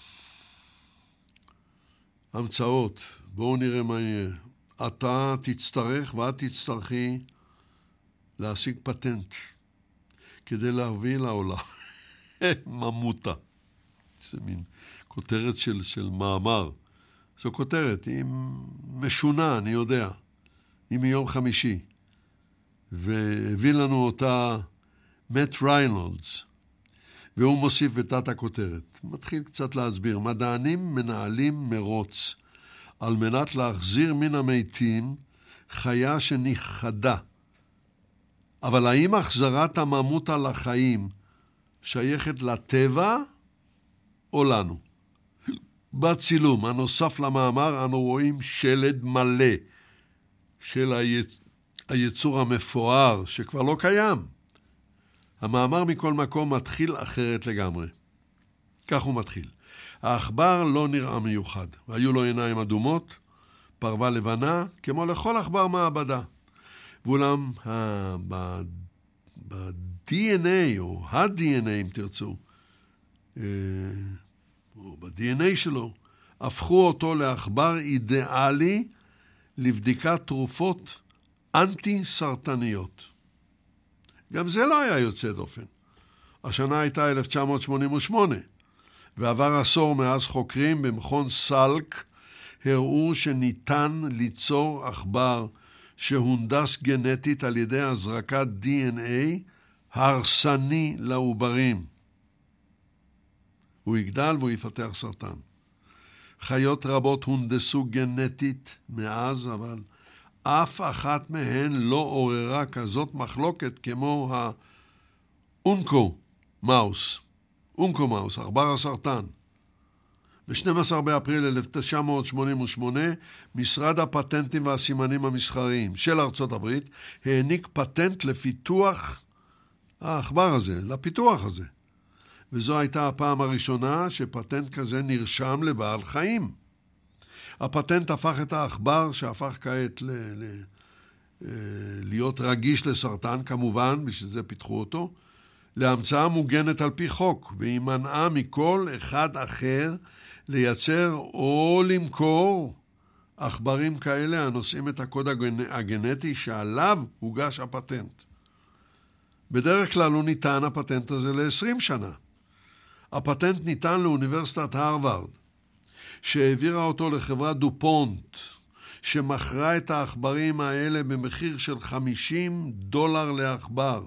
המצאות. בואו נראה מה יהיה. אתה תצטרך ואת תצטרכי להשיג פטנט כדי להביא לעולם. ממותה. זה מין כותרת של, של מאמר. זו כותרת, היא משונה, אני יודע. היא מיום חמישי. והביא לנו אותה מאט ריינולדס. והוא מוסיף בתת הכותרת. מתחיל קצת להסביר. מדענים מנהלים מרוץ על מנת להחזיר מן המתים חיה שנכחדה. אבל האם החזרת הממותה לחיים שייכת לטבע או לנו? בצילום הנוסף למאמר אנו רואים שלד מלא של היצור המפואר שכבר לא קיים. המאמר מכל מקום מתחיל אחרת לגמרי. כך הוא מתחיל. העכבר לא נראה מיוחד. היו לו עיניים אדומות, פרווה לבנה, כמו לכל עכבר מעבדה. ואולם, ב-די אן איי, או ה-די אן איי אם תרצו, או ב-די אן איי שלו, הפכו אותו לעכבר אידיאלי לבדיקת תרופות אנטי-סרטניות. גם זה לא היה יוצא דופן. השנה הייתה אלף תשע מאות שמונים ושמונה, ועבר עשור מאז חוקרים במכון סלק הראו שניתן ליצור עכבר שהונדס גנטית על ידי הזרקת די אן איי הרסני לעוברים. הוא יגדל והוא יפתח סרטן. חיות רבות הונדסו גנטית מאז, אבל אף אחת מהן לא עוררה כזאת מחלוקת כמו האונקו מאוס. אונקו מאוס, עכבר הסרטן. ב-שנים עשר באפריל אלף תשע מאות שמונים ושמונה, משרד הפטנטים והסימנים המסחריים של ארצות הברית העניק פטנט לפיתוח העכבר הזה, לפיתוח הזה. וזו הייתה הפעם הראשונה שפטנט כזה נרשם לבעל חיים. הפטנט הפך את העכבר, שהפך כעת ל- ל- להיות רגיש לסרטן, כמובן, בשביל זה פיתחו אותו, להמצאה מוגנת על פי חוק, והיא מנעה מכל אחד אחר לייצר או למכור עכברים כאלה הנושאים את הקוד הגנטי שעליו הוגש הפטנט. בדרך כלל הוא ניתן הפטנט הזה ל-עשרים שנה. הפטנט ניתן לאוניברסיטת הרווארד, שהעבירה אותו לחברת דופונט, שמכרה את העכברים האלה במחיר של חמישים דולר לעכבר.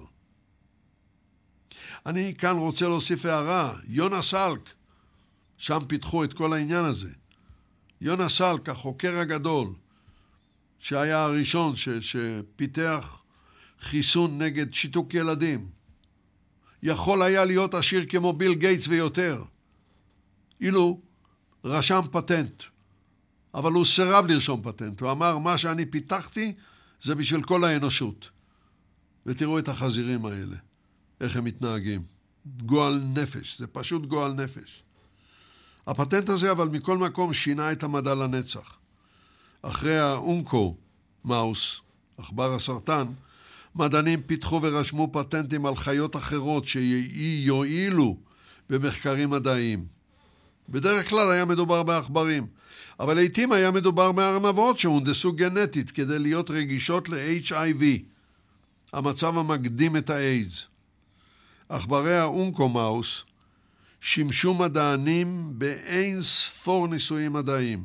אני כאן רוצה להוסיף הערה, יונה סלק, שם פיתחו את כל העניין הזה. יונה סלק, החוקר הגדול, שהיה הראשון ש- שפיתח חיסון נגד שיתוק ילדים, יכול היה להיות עשיר כמו ביל גייטס ויותר. אילו רשם פטנט, אבל הוא סירב לרשום פטנט. הוא אמר, מה שאני פיתחתי זה בשביל כל האנושות. ותראו את החזירים האלה, איך הם מתנהגים. גועל נפש, זה פשוט גועל נפש. הפטנט הזה אבל מכל מקום שינה את המדע לנצח. אחרי האונקו מאוס, עכבר הסרטן, מדענים פיתחו ורשמו פטנטים על חיות אחרות שיועילו במחקרים מדעיים. בדרך כלל היה מדובר בעכברים, אבל לעתים היה מדובר בארנבות שהונדסו גנטית כדי להיות רגישות ל-אייץ' איי וי, המצב המקדים את האיידס. עכברי האונקו מאוס שימשו מדענים באין ספור ניסויים מדעיים,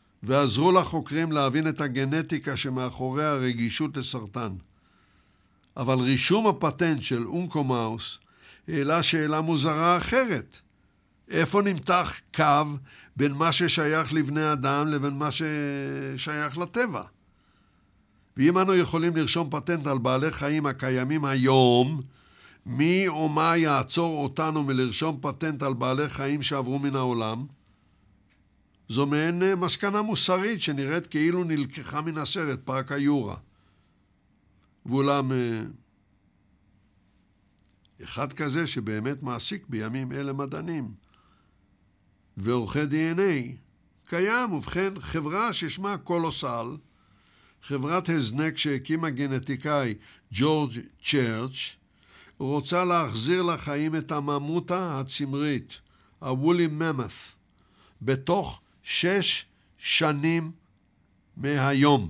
ועזרו לחוקרים להבין את הגנטיקה שמאחורי הרגישות לסרטן. אבל רישום הפטנט של אונקומאוס העלה שאלה מוזרה אחרת. איפה נמתח קו בין מה ששייך לבני אדם לבין מה ששייך לטבע? ואם אנו יכולים לרשום פטנט על בעלי חיים הקיימים היום, מי או מה יעצור אותנו מלרשום פטנט על בעלי חיים שעברו מן העולם? זו מעין מסקנה מוסרית שנראית כאילו נלקחה מן הסרט פארק היורה. ואולם, אחד כזה שבאמת מעסיק בימים אלה מדענים ועורכי די אן איי, קיים, ובכן, חברה ששמה קולוסל, חברת הזנק שהקימה גנטיקאי ג'ורג' צ'רץ', רוצה להחזיר לחיים את הממותה הצמרית, הוולי ממת', בתוך שש שנים מהיום.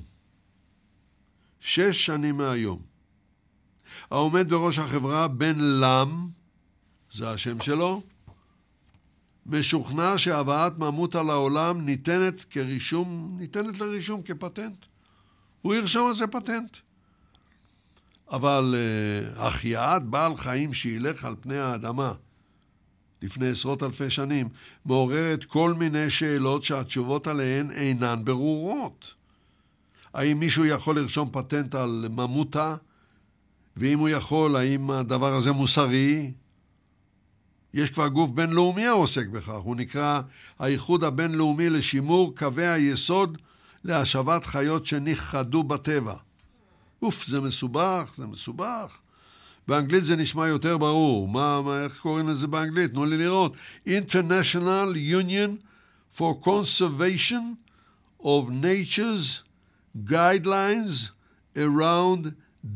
שש שנים מהיום. העומד בראש החברה, בן לם, זה השם שלו, משוכנע שהבאת ממותה לעולם ניתנת כרישום, ניתנת לרישום כפטנט. הוא ירשום על זה פטנט. אבל uh, החייאת בעל חיים שילך על פני האדמה לפני עשרות אלפי שנים מעוררת כל מיני שאלות שהתשובות עליהן אינן ברורות. האם מישהו יכול לרשום פטנט על ממותה? ואם הוא יכול, האם הדבר הזה מוסרי? יש כבר גוף בינלאומי העוסק בכך, הוא נקרא האיחוד הבינלאומי לשימור קווי היסוד להשבת חיות שנכחדו בטבע. אוף, זה מסובך, זה מסובך. באנגלית זה נשמע יותר ברור. מה, מה, איך קוראים לזה באנגלית? תנו לי לראות. International Union for Conservation of Nature's Guidelines around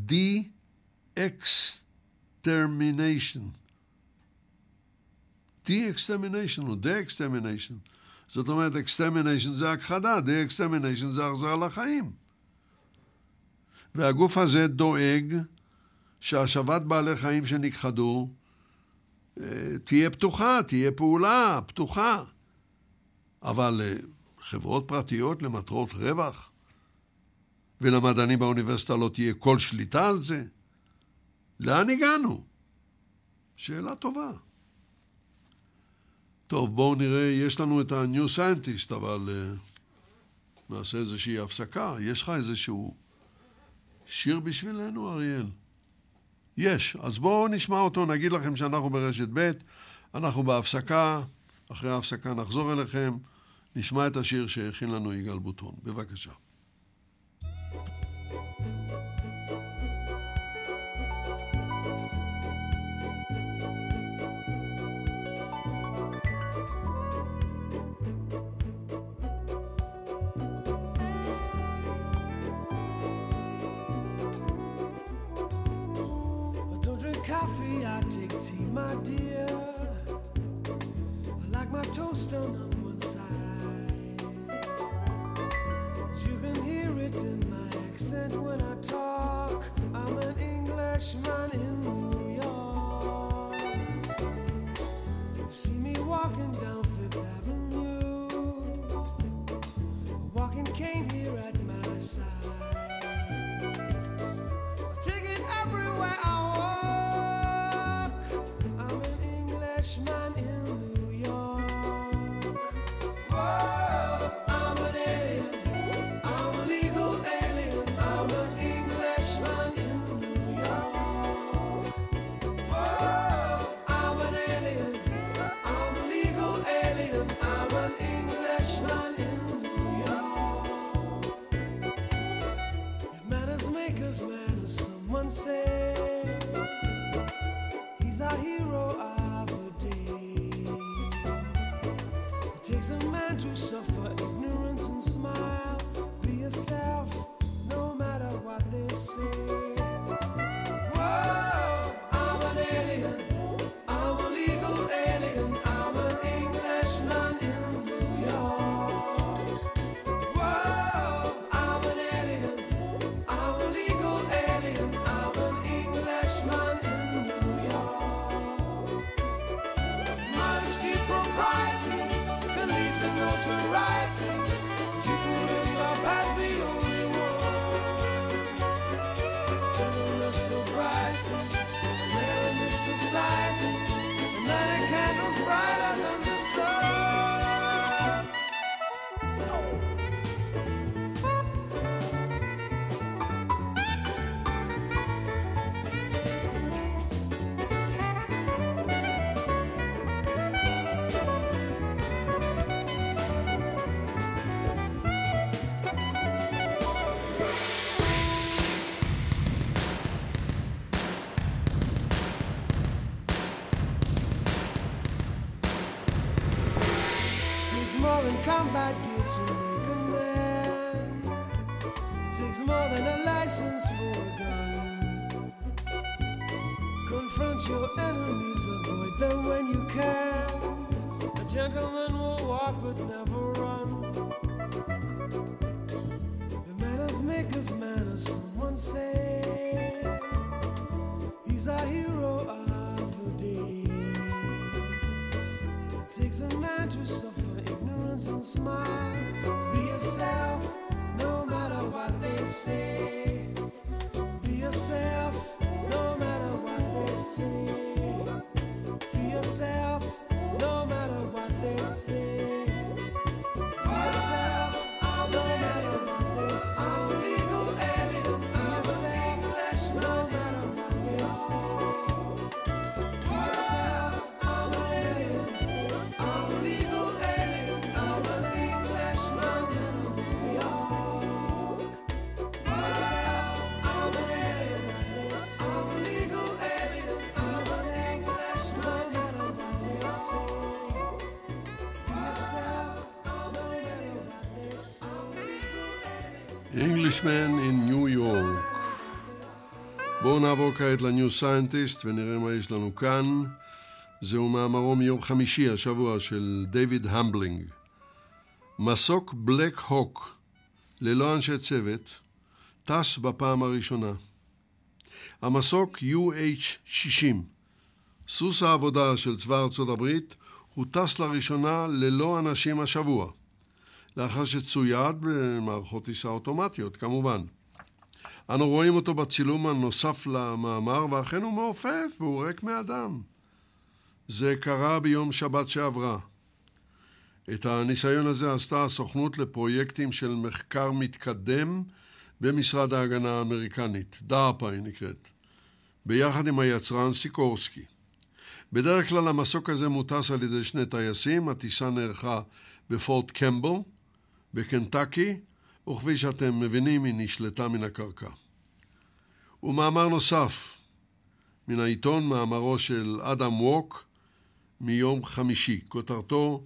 De-Extermination. De-Extermination או De-Extermination. זאת אומרת, Extermination זה הכחדה, De-Extermination זה החזרה לחיים. והגוף הזה דואג שהשבת בעלי חיים שנכחדו תהיה פתוחה, תהיה פעולה פתוחה. אבל חברות פרטיות למטרות רווח, ולמדענים באוניברסיטה לא תהיה כל שליטה על זה. לאן הגענו? שאלה טובה. טוב, בואו נראה, יש לנו את ה-New Scientist, אבל uh, נעשה איזושהי הפסקה. יש לך איזשהו שיר בשבילנו, אריאל? יש, אז בואו נשמע אותו, נגיד לכם שאנחנו ברשת ב', אנחנו בהפסקה, אחרי ההפסקה נחזור אליכם, נשמע את השיר שהכין לנו יגאל בוטון. בבקשה. Coffee, I take tea, my dear. I like my toast done on one side. You can hear it in my accent when I talk. I'm an Englishman in New York. You see me walking down Fifth Avenue, a walking cane here at my side. Take it everywhere I walk. Man in New York. Whoa, I'm an alien. I'm a legal alien. I'm an Englishman in New York. Whoa, I'm an alien. I'm a legal alien. I'm an Englishman in New York. If manners make of manners, someone say he's our hero. Takes a man to suffer ignorance and smile. Be yourself, no matter what they say. Whoa, I'm an alien. I'm a legal alien. I'm an Englishman in New York. Whoa, I'm an alien. I'm a legal alien. I'm an combat gear to make a man. It takes more than a license for a gun. Confront your enemies, avoid them when you can. A gentleman will walk but never run. The manners make of manners, someone say. He's a hero of the day. It takes a man to suffer ignorance and smile. Be yourself, no matter what they say. Be yourself, no matter what they say. Be yourself, no matter what they say. Be yourself, no matter what they say. I'm a legal alien. Be yourself, no matter what they say. Be yourself, I'm an alien. I'm a legal alien. I'm a English man. Be yourself. Be yourself, I'm an alien. I'm a legal alien. I'm a English man. Be yourself, I'm an alien. Englishman in New York. בואו נעבור כעת לניו סיינטיסט ונראה מה יש לנו כאן. זהו מאמרו מיום חמישי השבוע של דיוויד המבלינג. מסוק בלק הוק, ללא אנשי צוות, טס בפעם הראשונה. המסוק יו אייץ' שישים, סוס העבודה של צבא ארצות הברית, הוא טס לראשונה ללא אנשים השבוע, לאחר שצויד במערכות טיסה אוטומטיות, כמובן. אנו רואים אותו בצילום הנוסף למאמר, ואכן הוא מעופף והוא ריק מאדם. זה קרה ביום שבת שעברה. את הניסיון הזה עשתה הסוכנות לפרויקטים של מחקר מתקדם במשרד ההגנה האמריקנית, דארפה היא נקראת, ביחד עם היצרן סיקורסקי. בדרך כלל המסוק הזה מוטס על ידי שני טייסים, הטיסה נערכה בפורט קמבל, בקנטקי, וכפי שאתם מבינים היא נשלטה מן הקרקע. ומאמר נוסף מן העיתון, מאמרו של אדם ווק מיום חמישי, כותרתו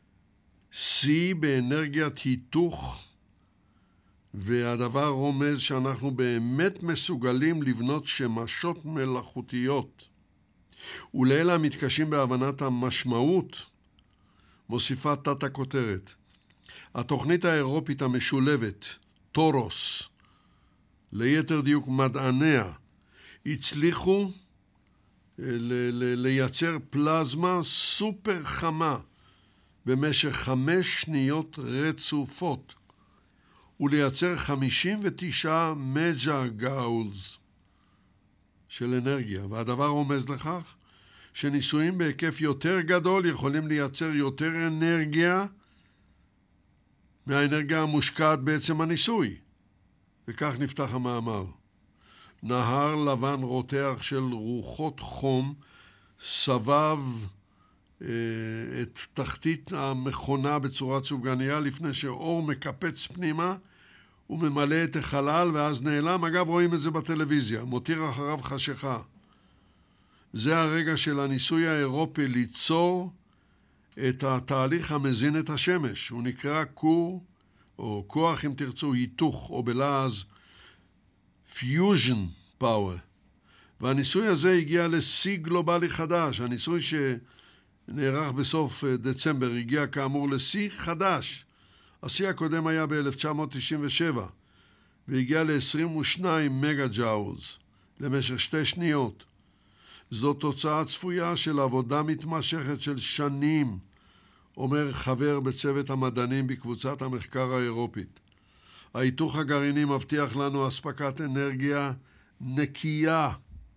שיא באנרגיית היתוך, והדבר רומז שאנחנו באמת מסוגלים לבנות שמשות מלאכותיות. ולאלה המתקשים בהבנת המשמעות, מוסיפה תת הכותרת. התוכנית האירופית המשולבת, טורוס, ליתר דיוק מדעניה, הצליחו ל- ל- לייצר פלזמה סופר חמה במשך חמש שניות רצופות, ולייצר חמישים ותשעה מגה גאולס של אנרגיה. והדבר רומז לכך שניסויים בהיקף יותר גדול יכולים לייצר יותר אנרגיה מהאנרגיה המושקעת בעצם הניסוי. וכך נפתח המאמר. נהר לבן רותח של רוחות חום סבב אה, את תחתית המכונה בצורת סופגניה לפני שאור מקפץ פנימה וממלא את החלל ואז נעלם. אגב, רואים את זה בטלוויזיה, מותיר אחריו חשיכה. זה הרגע של הניסוי האירופי ליצור את התהליך המזין את השמש. הוא נקרא קור, או כוח אם תרצו, היתוך, או בלעז fusion power. והניסוי הזה הגיע לשיא גלובלי חדש. הניסוי שנערך בסוף דצמבר הגיע כאמור לשיא חדש. השיא הקודם היה ב-אלף תשע מאות תשעים ושבע, והגיע ל-עשרים ושניים מגה ג'אולס למשך שתי שניות. זו תוצאה צפויה של עבודה מתמשכת של שנים, אומר חבר בצוות המדענים בקבוצת המחקר האירופית. ההיתוך הגרעיני מבטיח לנו אספקת אנרגיה נקייה,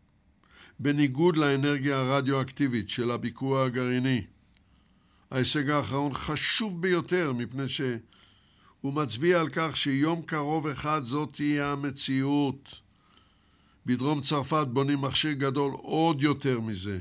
בניגוד לאנרגיה הרדיואקטיבית של הביקוע הגרעיני. ההישג האחרון חשוב ביותר מפני שהוא מצביע על כך שיום קרוב אחד זאת תהיה המציאות. בדרום צרפת בונים מכשיר גדול עוד יותר מזה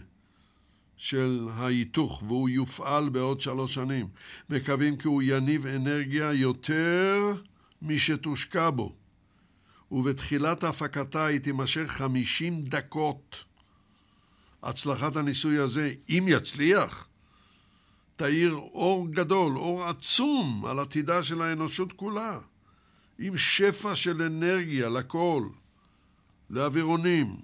של ההיתוך, והוא יופעל בעוד שלוש שנים. מקווים כי הוא יניב אנרגיה יותר משתושקע בו, ובתחילת ההפקתה היא תימשך חמישים דקות. הצלחת הניסוי הזה, אם יצליח, תאיר אור גדול, אור עצום על עתידה של האנושות כולה, עם שפע של אנרגיה לכל, לאווירונים,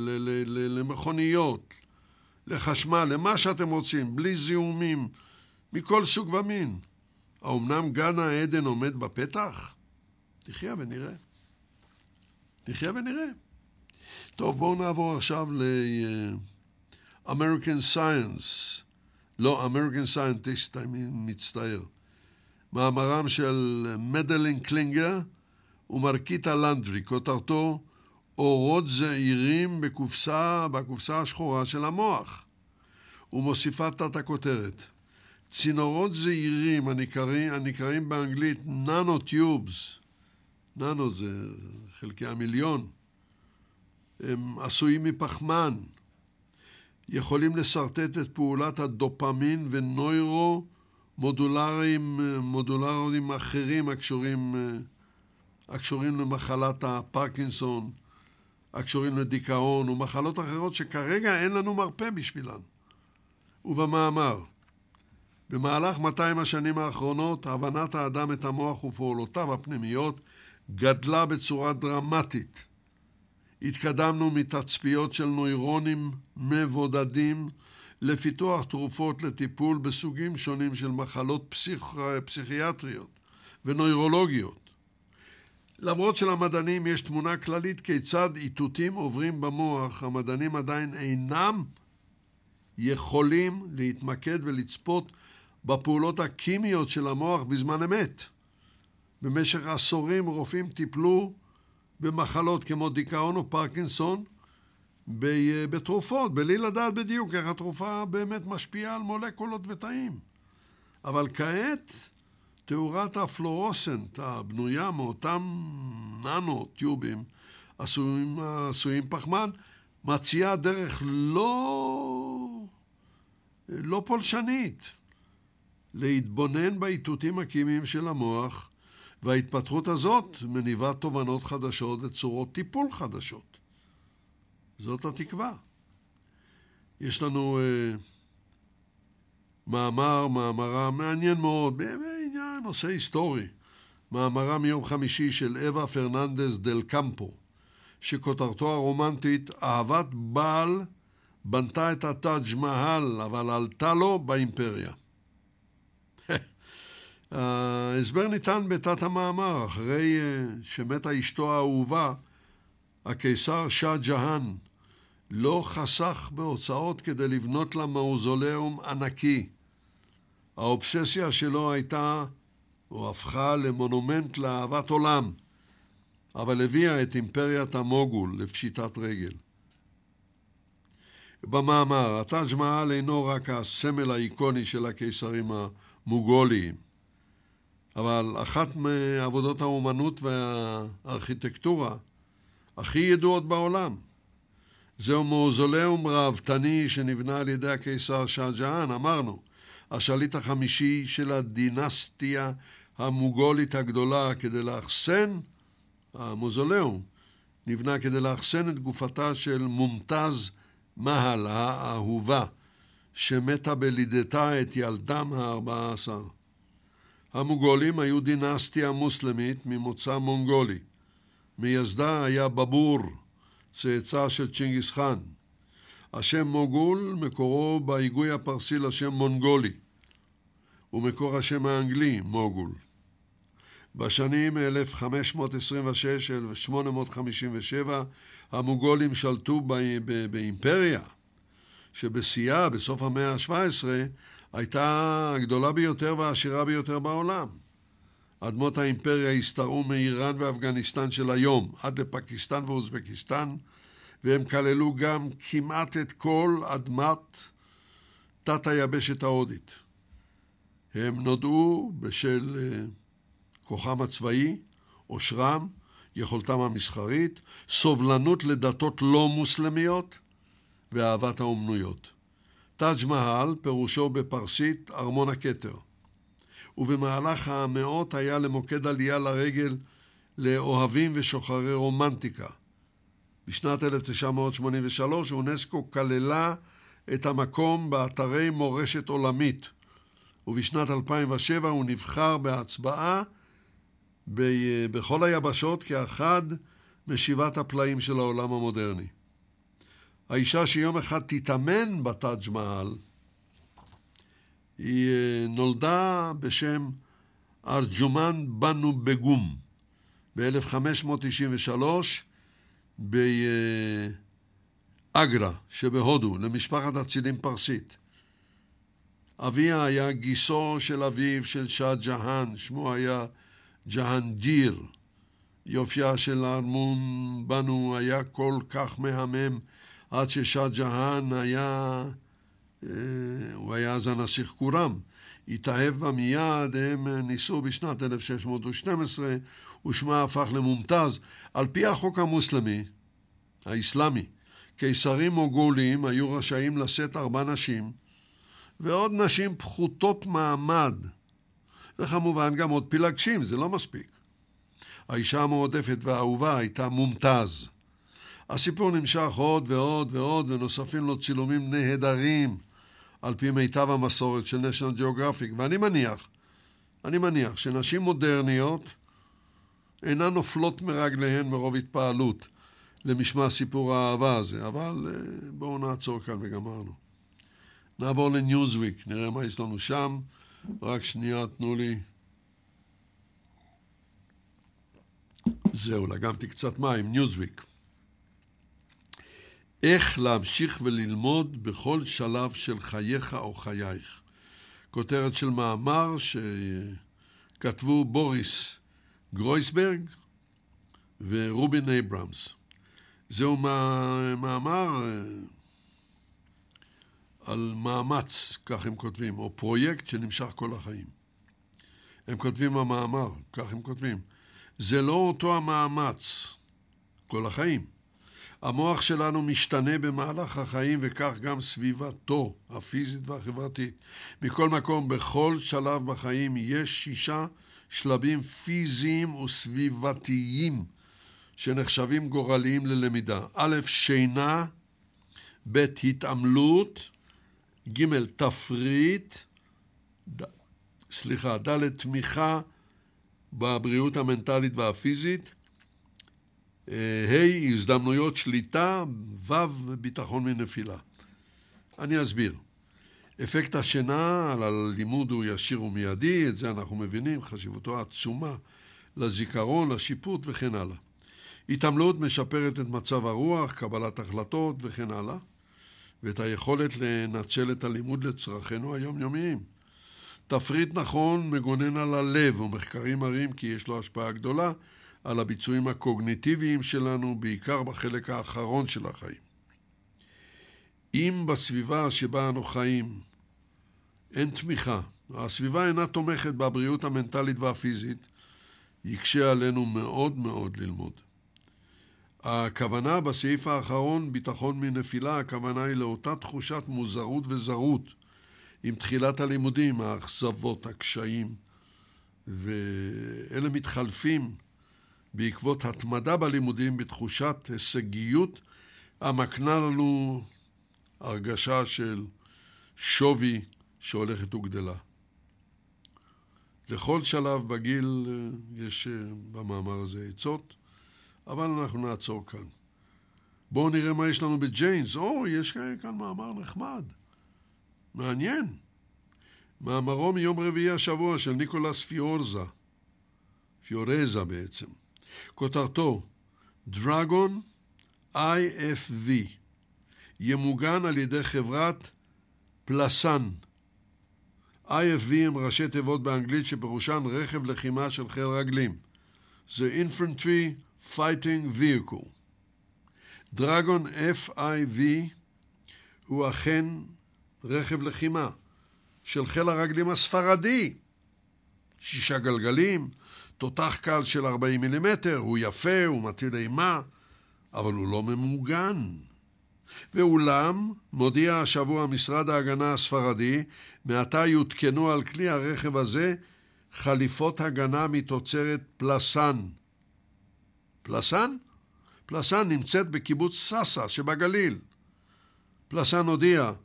למכוניות, לחשמל, למה שאתם רוצים, בלי זיהומים, מכל סוג ומין. האומנם גן העדן עומד בפתח? תחיה ונראה. תחיה ונראה. טוב, בואו נעבור עכשיו ל-American Science. לא, American Scientist, אני מצטער. מאמרם של מדלין קלינגר ומרקיטה לנדרי, כותרתו אורות זעירים בקופסה, בקופסה השחורה של המוח. ומוסיפה תת הכותרת. צינורות זעירים הנקראים, הנקראים באנגלית ננו-טיובס, ננו זה חלקי המיליון, הם עשויים מפחמן, יכולים לסרטט את פעולת הדופמין ונוירו מודולריים, מודולריים אחרים הקשורים, הקשורים למחלת הפרקינסון, הקשורים לדיכאון ומחלות אחרות שכרגע אין לנו מרפא בשבילן. ובמאמר, במהלך מאתיים השנים האחרונות, הבנת האדם את המוח ופעולותיו הפנימיות גדלה בצורה דרמטית. התקדמנו מתצפיות של נוירונים מבודדים לפיתוח תרופות לטיפול בסוגים שונים של מחלות פסיכ... פסיכיאטריות ונוירולוגיות. למרות שלמדענים יש תמונה כללית כיצד איתותים עוברים במוח, המדענים עדיין אינם יכולים להתמקד ולצפות בפעולות הקימיות של המוח בזמן אמת. במשך עשורים רופאים טיפלו במחלות כמו דיכאון או פרקינסון בתרופות, בלי לדעת בדיוק איך התרופה באמת משפיעה על מולקולות ותאים. אבל כעת תאורת הפלורוסנט הבנויה מאותם ננו-טיובים עשויים, עשויים פחמן מציעה דרך לא, לא פולשנית להתבונן באיתותים הקימיים של המוח, וההתפתחות הזאת מניבה תובנות חדשות וצורות טיפול חדשות. זאת התקווה. יש לנו אה, מאמר, מאמרה מעניין מאוד, בעניין נושא היסטורי. מאמרה מיום חמישי של אווה פרננדס דל קמפו, שכותרתו הרומנטית, אהבת בעל בנתה את הטאג' מהל, אבל עלתה לו באימפריה. ההסבר ניתן בתת המאמר, אחרי שמתה אשתו האהובה, הקיסר שאה ג'האן לא חסך בהוצאות כדי לבנות לה מאוזוליאום ענקי. האובססיה שלו הייתה, או הפכה למונומנט לאהבת עולם, אבל הביאה את אימפריית המוגול לפשיטת רגל. במאמר, הטאג' מהל אינו רק הסמל האיקוני של הקיסרים המוגוליים, אבל אחת מעבודות האומנות והארכיטקטורה הכי ידועות בעולם. זהו מאוזוליאום ראוותני שנבנה על ידי הקיסר שאה ג'האן, אמרנו, השליט החמישי של הדינסטיה המוגולית הגדולה. כדי לאחסן, המאוזוליאום נבנה כדי לאחסן את גופתה של מומתז מהל האהובה, שמתה בלידתה את ילדם הארבע עשר. המוגולים היו דינסטיה מוסלמית ממוצא מונגולי. מייסדה היה בבור, צאצא של צ'ינגיס חאן. השם מוגול מקורו בהיגוי הפרסי לשם מונגולי, ומקור השם האנגלי מוגול. בשנים אלף חמש מאות עשרים ושש עד אלף שמונה מאות חמישים ושבע המוגולים שלטו באימפריה, שבשיאה בסוף המאה ה-שבע עשרה הייתה הגדולה ביותר והעשירה ביותר בעולם. אדמות האימפריה הסתרעו מאיראן ואפגניסטן של היום עד לפקיסטן ואוזבקיסטן, והם כללו גם כמעט את כל אדמת תת היבשת ההודית. הם נודעו בשל כוחם הצבאי, עושרם, יכולתם המסחרית, סובלנות לדתות לא מוסלמיות ואהבת האומנויות. טאג' מהל פירושו בפרסית ארמון הכתר, ובמהלך המאות היה למוקד עלייה לרגל לאוהבים ושוחרי רומנטיקה. בשנת אלף תשע מאות שמונים ושלוש אונסקו כללה את המקום באתרי מורשת עולמית, ובשנת אלפיים ושבע הוא נבחר בהצבעה ב- בכל היבשות כאחד משבעת הפלאים של העולם המודרני. האישה שיום אחד תתאמן בטאג' מהל, היא נולדה בשם ארג'ומן בנו בגום ב-אלף חמש מאות תשעים ושלוש באגרה שבהודו, למשפחת אצילים פרסית. אביה היה גיסו של אביו של שאה ג'האן, שמו היה ג'הנג'יר. יופייה של ארמון בנו היה כל כך מהמם עד ששאה ג'האן היה, הוא היה אז הנסיך קורם. התאהב בה מיד, הם ניסו בשנת אלף שש מאות ושתים עשרה, ושמה הפך למומתז. על פי החוק המוסלמי, האסלאמי, קיסרים מוגולים היו רשאים לשאת ארבע נשים, ועוד נשים פחותות מעמד, וכמובן גם עוד פילגשים, זה לא מספיק. האישה המועדפת והאהובה הייתה מומתז. הסיפור נמשך עוד ועוד ועוד, ונוספים לו צילומים נהדרים, על פי מיטב המסורת של נשיונל ג'אוגרפיק, ואני מניח, אני מניח שנשים מודרניות אינן נופלות מרגליהן מרוב התפעלות למשמע סיפור האהבה הזה, אבל בואו נעצור כאן וגמרנו. נעבור לניוזוויק, נראה מה יש לנו שם. רק שנייה, תנו לי. זהו, לגמתי קצת מים. ניוזוויק. איך להמשיך וללמוד בכל שלב של חייך או חייך. כותרת של מאמר שכתבו בוריס גרויסברג ורובין אייברמס. זהו מאמר על מאמץ, כך הם כותבים, או פרויקט שנמשך כל החיים. הם כותבים המאמר, כך הם כותבים. זה לא אותו המאמץ כל החיים. המוח שלנו משתנה במהלך החיים, וכך גם סביבתו, הפיזית והחברתית. מכל מקום, בכל שלב בחיים יש שישה שלבים פיזיים וסביבתיים שנחשבים גורליים ללמידה. א', שינה, ב', התעמלות, ג', תפריט, ד... סליחה, ד', תמיכה בבריאות המנטלית והפיזית, ה', הזדמנויות שליטה, ו', ביטחון מנפילה. אני אסביר. אפקט השינה על הלימוד הוא ישיר ומיידי, את זה אנחנו מבינים, חשיבותו העצומה לזיכרון, לשיפוט וכן הלאה. התעמלות משפרת את מצב הרוח, קבלת החלטות וכן הלאה, ואת היכולת לנצל את הלימוד לצרכינו היומיומיים. תפריט נכון מגונן על הלב, ומחקרים מראים כי יש לו השפעה גדולה על הביצועים הקוגניטיביים שלנו, בעיקר בחלק האחרון של החיים. אם בסביבה שבה אנו חיים אין תמיכה, הסביבה אינה תומכת בבריאות המנטלית והפיזית, יקשה עלינו מאוד מאוד ללמוד. הכוונה בסעיף האחרון, ביטחון מנפילה, הכוונה היא לאותה תחושת מוזרות וזרות, עם תחילת הלימודים, האכזבות, הקשיים, ואלה מתחלפים בעקבות התמדה בלימודים בתחושת הישגיות, המקנה לנו הרגשה של שווי שהולכת וגדלה. לכל שלב בגיל יש במאמר הזה עצות, אבל אנחנו נעצור כאן. בואו נראה מה יש לנו בג'יינס. או, יש כאן מאמר נחמד. מעניין. מאמרו מיום רביעי השבוע של ניקולס פיורזה. פיורזה בעצם. כותרתו, Dragon איי אף וי. ימוגן על ידי חברת פלסן. איי אף וי הם ראשי תיבות באנגלית שפירושן רכב לחימה של חיל רגלים. זה Infantry Fighting Vehicle. דרגון אף איי וי הוא אכן רכב לחימה של חיל הרגלים הספרדי. שישה גלגלים, תותח קל של ארבעים מילימטר, הוא יפה, הוא מטיל אימה, אבל הוא לא ממוגן. ואולם, מודיע השבוע משרד ההגנה הספרדי, מעתה יותקנו על כלי הרכב הזה חליפות הגנה מתוצרת פלסן. פלסן? פלסן נמצאת בקיבוץ ססה שבגליל. פלסן הודיע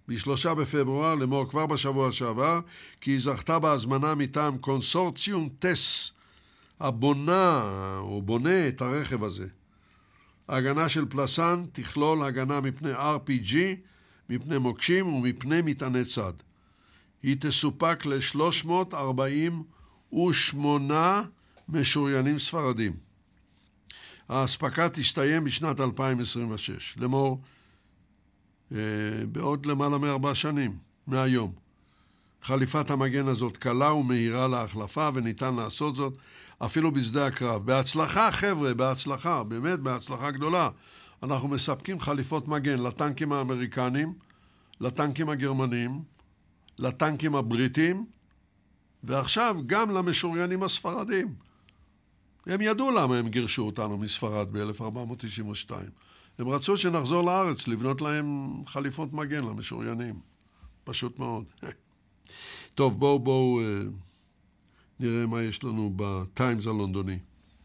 בשלושה בפברואר, לאמור כבר בשבוע שעבר, כי היא זכתה בהזמנה מטעם קונסורציום טס, הבונה או בונה את הרכב הזה. ההגנה של פלסן תכלול הגנה מפני אר פי ג'י, מפני מוקשים ומפני מטעני צד. היא תסופק ל-שלוש מאות ארבעים ושמונה משוריינים ספרדים. ההספקה תסתיים בשנת אלפיים עשרים ושש, לאמור אה, בעוד למעלה מארבע שנים מהיום. חליפת המגן הזאת קלה ומהירה להחלפה, וניתן לעשות זאת אפילו בשדה הקרב. בהצלחה חבר'ה, בהצלחה, באמת בהצלחה גדולה. אנחנו מספקים חליפות מגן לטנקים האמריקנים, לטנקים הגרמנים, לטנקים הבריטים, ועכשיו גם למשוריינים הספרדים. הם ידעו למה הם גירשו אותנו מספרד ב-אלף ארבע מאות תשעים ושתיים. הם רצו שנחזור לארץ, לבנות להם חליפות מגן למשוריינים. פשוט מאוד. טוב, בואו בואו נראה מה יש לנו בטיימס הלונדוני.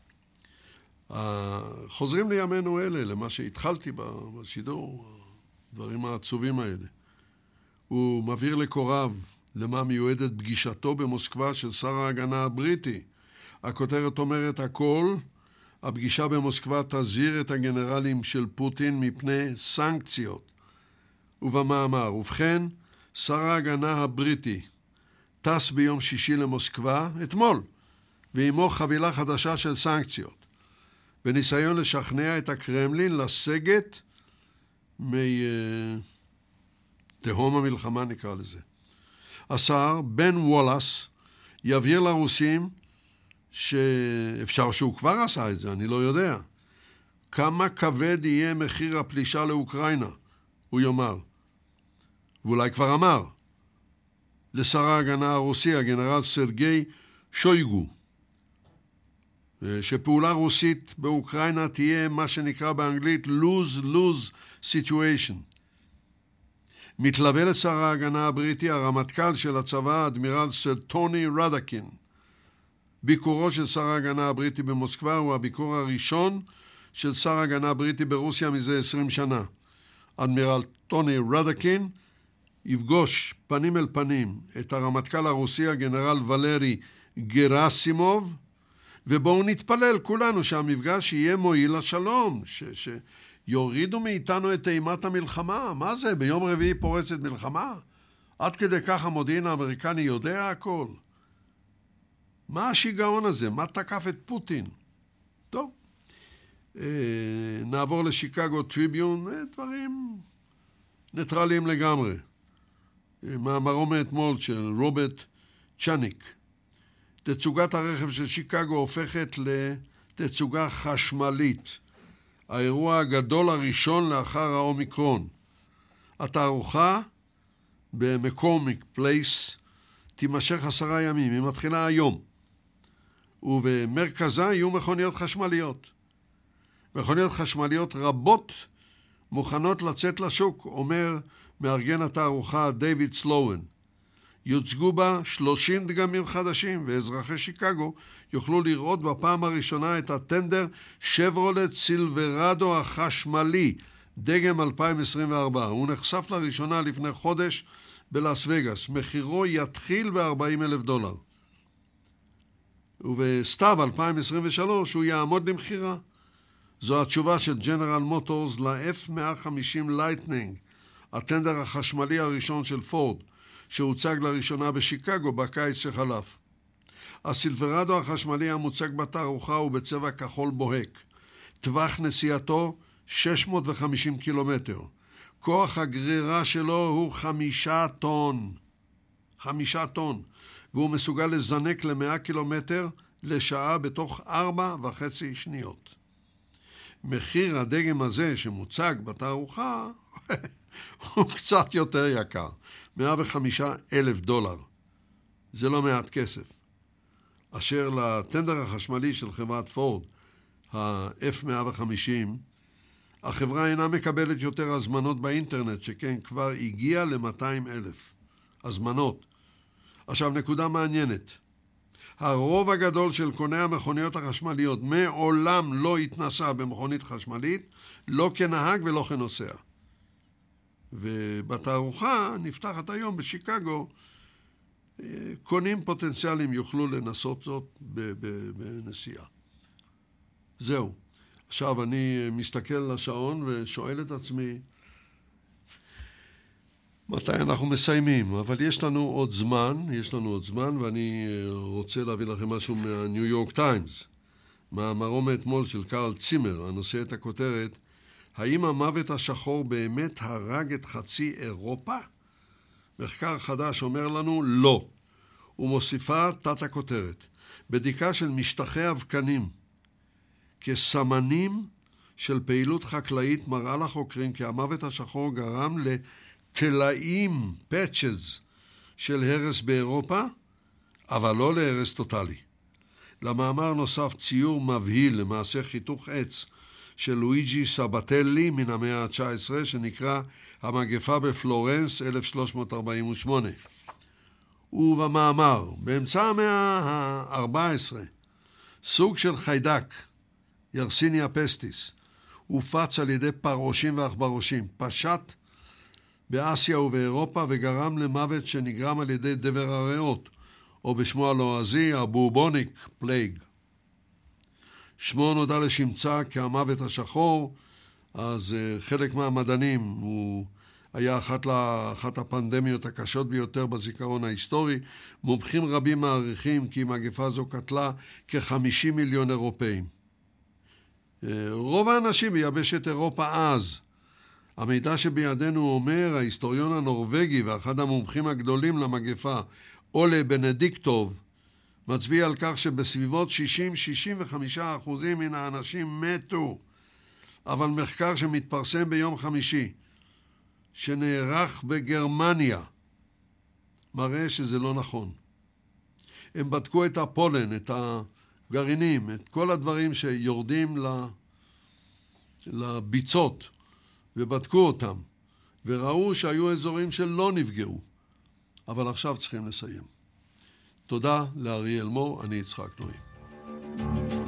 חוזרים לימינו אלה, למה שהתחלתי בשידור, הדברים העצובים האלה. הוא מבהיר לקוריו למה מיועדת פגישתו במוסקבה של שר ההגנה הבריטי. הכותרת אומרת הכל, הפגישה במוסקבה תזהיר את הגנרלים של פוטין מפני סנקציות. ובמאמר, ובכן, שר ההגנה הבריטי טס ביום שישי למוסקבה, אתמול, ועמו חבילה חדשה של סנקציות, בניסיון לשכנע את הקרמלין לסגת מתהום המלחמה, נקרא לזה. השר בן וולאס יבהיר לרוסים שאפשר שהוא כבר עשה את זה, אני לא יודע. כמה כבד יהיה מחיר הפלישה לאוקראינה, הוא יאמר. ואולי כבר אמר. לשר ההגנה הרוסי, הגנרל סרגי שויגו, שפעולה רוסית באוקראינה תהיה מה שנקרא באנגלית lose-lose situation. מתלווה לשר ההגנה הבריטי הרמטכ"ל של הצבא, האדמירל סר טוני רדקין. ביקורו של שר ההגנה הבריטי במוסקבה הוא הביקור הראשון של שר ההגנה הבריטי ברוסיה מזה עשרים שנה. אדמירל טוני רדקין יפגוש פנים אל פנים את הרמטכ"ל הרוסי, הגנרל ולרי גרסימוב, ובואו נתפלל כולנו שהמפגש יהיה מועיל לשלום, ש... שיורידו מאיתנו את אימת המלחמה. מה זה? ביום רביעי פורצת מלחמה? עד כדי כך המודיעין האמריקני יודע הכל. מה השיגעון הזה? מה תקף את פוטין? טוב, נעבור לשיקגו טריביון, דברים ניטרליים לגמרי. מאמרו מאתמול של רוברט צ'ניק. תצוגת הרכב של שיקגו הופכת לתצוגה חשמלית. האירוע הגדול הראשון לאחר האומיקרון. התערוכה במקומיק פלייס תימשך עשרה ימים, היא מתחילה היום. ובמרכזה יהיו מכוניות חשמליות. מכוניות חשמליות רבות מוכנות לצאת לשוק, אומר מארגן התערוכה דיוויד סלואן. יוצגו בה שלושים דגמים חדשים, ואזרחי שיקגו יוכלו לראות בפעם הראשונה את הטנדר שברולט סילברדו החשמלי, דגם אלפיים עשרים וארבע. הוא נחשף לראשונה לפני חודש בלאס וגאס. מחירו יתחיל ב-ארבעים אלף דולר. ובסתיו אלפיים עשרים ושלוש הוא יעמוד למחירה. זו התשובה של ג'נרל מוטורס ל-אף מאה וחמישים לייטנינג, הטנדר החשמלי הראשון של פורד, שהוצג לראשונה בשיקגו בקיץ שחלף. הסילברדו החשמלי המוצג בתערוכה הוא בצבע כחול בוהק. טווח נסיעתו שש מאות וחמישים קילומטר. כוח הגרירה שלו הוא חמישה טון. חמישה טון. והוא מסוגל לזנק ל-מאה קילומטר לשעה בתוך ארבע וחצי שניות. מחיר הדגם הזה שמוצג בתערוכה הוא קצת יותר יקר. מאה וחמישה אלף דולר. זה לא מעט כסף. אשר לטנדר החשמלי של חברת פורד, ה-אף מאה וחמישים, החברה אינה מקבלת יותר הזמנות באינטרנט, שכן כבר הגיע ל-מאתיים אלף הזמנות. עכשיו, נקודה מעניינת. הרוב הגדול של קוני המכוניות החשמליות מעולם לא התנסה במכונית חשמלית, לא כנהג ולא כנוסע. ובתערוכה נפתחת היום בשיקגו, קונים פוטנציאליים יוכלו לנסות זאת בנסיעה. זהו. עכשיו אני מסתכל על השעון ושואל את עצמי, מתי אנחנו מסיימים? אבל יש לנו עוד זמן, יש לנו עוד זמן, ואני רוצה להביא לכם משהו מהניו יורק טיימס. מאמרו מאתמול של קרל צימר, הנושא את הכותרת, האם המוות השחור באמת הרג את חצי אירופה? מחקר חדש אומר לנו לא. ומוסיפה תת הכותרת, בדיקה של משטחי אבקנים כסמנים של פעילות חקלאית מראה לחוקרים כי המוות השחור גרם לתלאים, פאצ'ז, של הרס באירופה, אבל לא להרס טוטלי. למאמר נוסף ציור מבהיל למעשה חיתוך עץ של לואיג'י סבטלי מן המאה ה-תשע עשרה שנקרא המגפה בפלורנס אלף שלוש מאות ארבעים ושמונה. ובמאמר, באמצע המאה ה-ארבע עשרה, סוג של חיידק, ירסיניה פסטיס, הופץ על ידי פרעושים ועכברושים, פשט באסיה ובאירופה וגרם למוות שנגרם על ידי דבר הריאות, או בשמו הלועזי, הבובוניק פלייג. שמו נודע לשמצה כהמוות השחור, אז חלק מהמדענים הוא היה אחת, לה, אחת הפנדמיות הקשות ביותר בזיכרון ההיסטורי. מומחים רבים מעריכים כי מגפה זו קטלה כ-חמישים מיליון אירופאים. רוב האנשים ביבשת אירופה אז. המידע שבידינו אומר, ההיסטוריון הנורווגי ואחד המומחים הגדולים למגפה, אולה בנדיקטוב, מצביע על כך שבסביבות שישים עד שישים וחמישה אחוזים מן האנשים מתו. אבל מחקר שמתפרסם ביום חמישי, שנערך בגרמניה, מראה שזה לא נכון. הם בדקו את הפולן, את הגרעינים, את כל הדברים שיורדים לביצות, ובדקו אותם, וראו שהיו אזורים שלא נפגעו. אבל עכשיו צריכים לסיים. תודה לאריאל מור, אני יצחק נוי.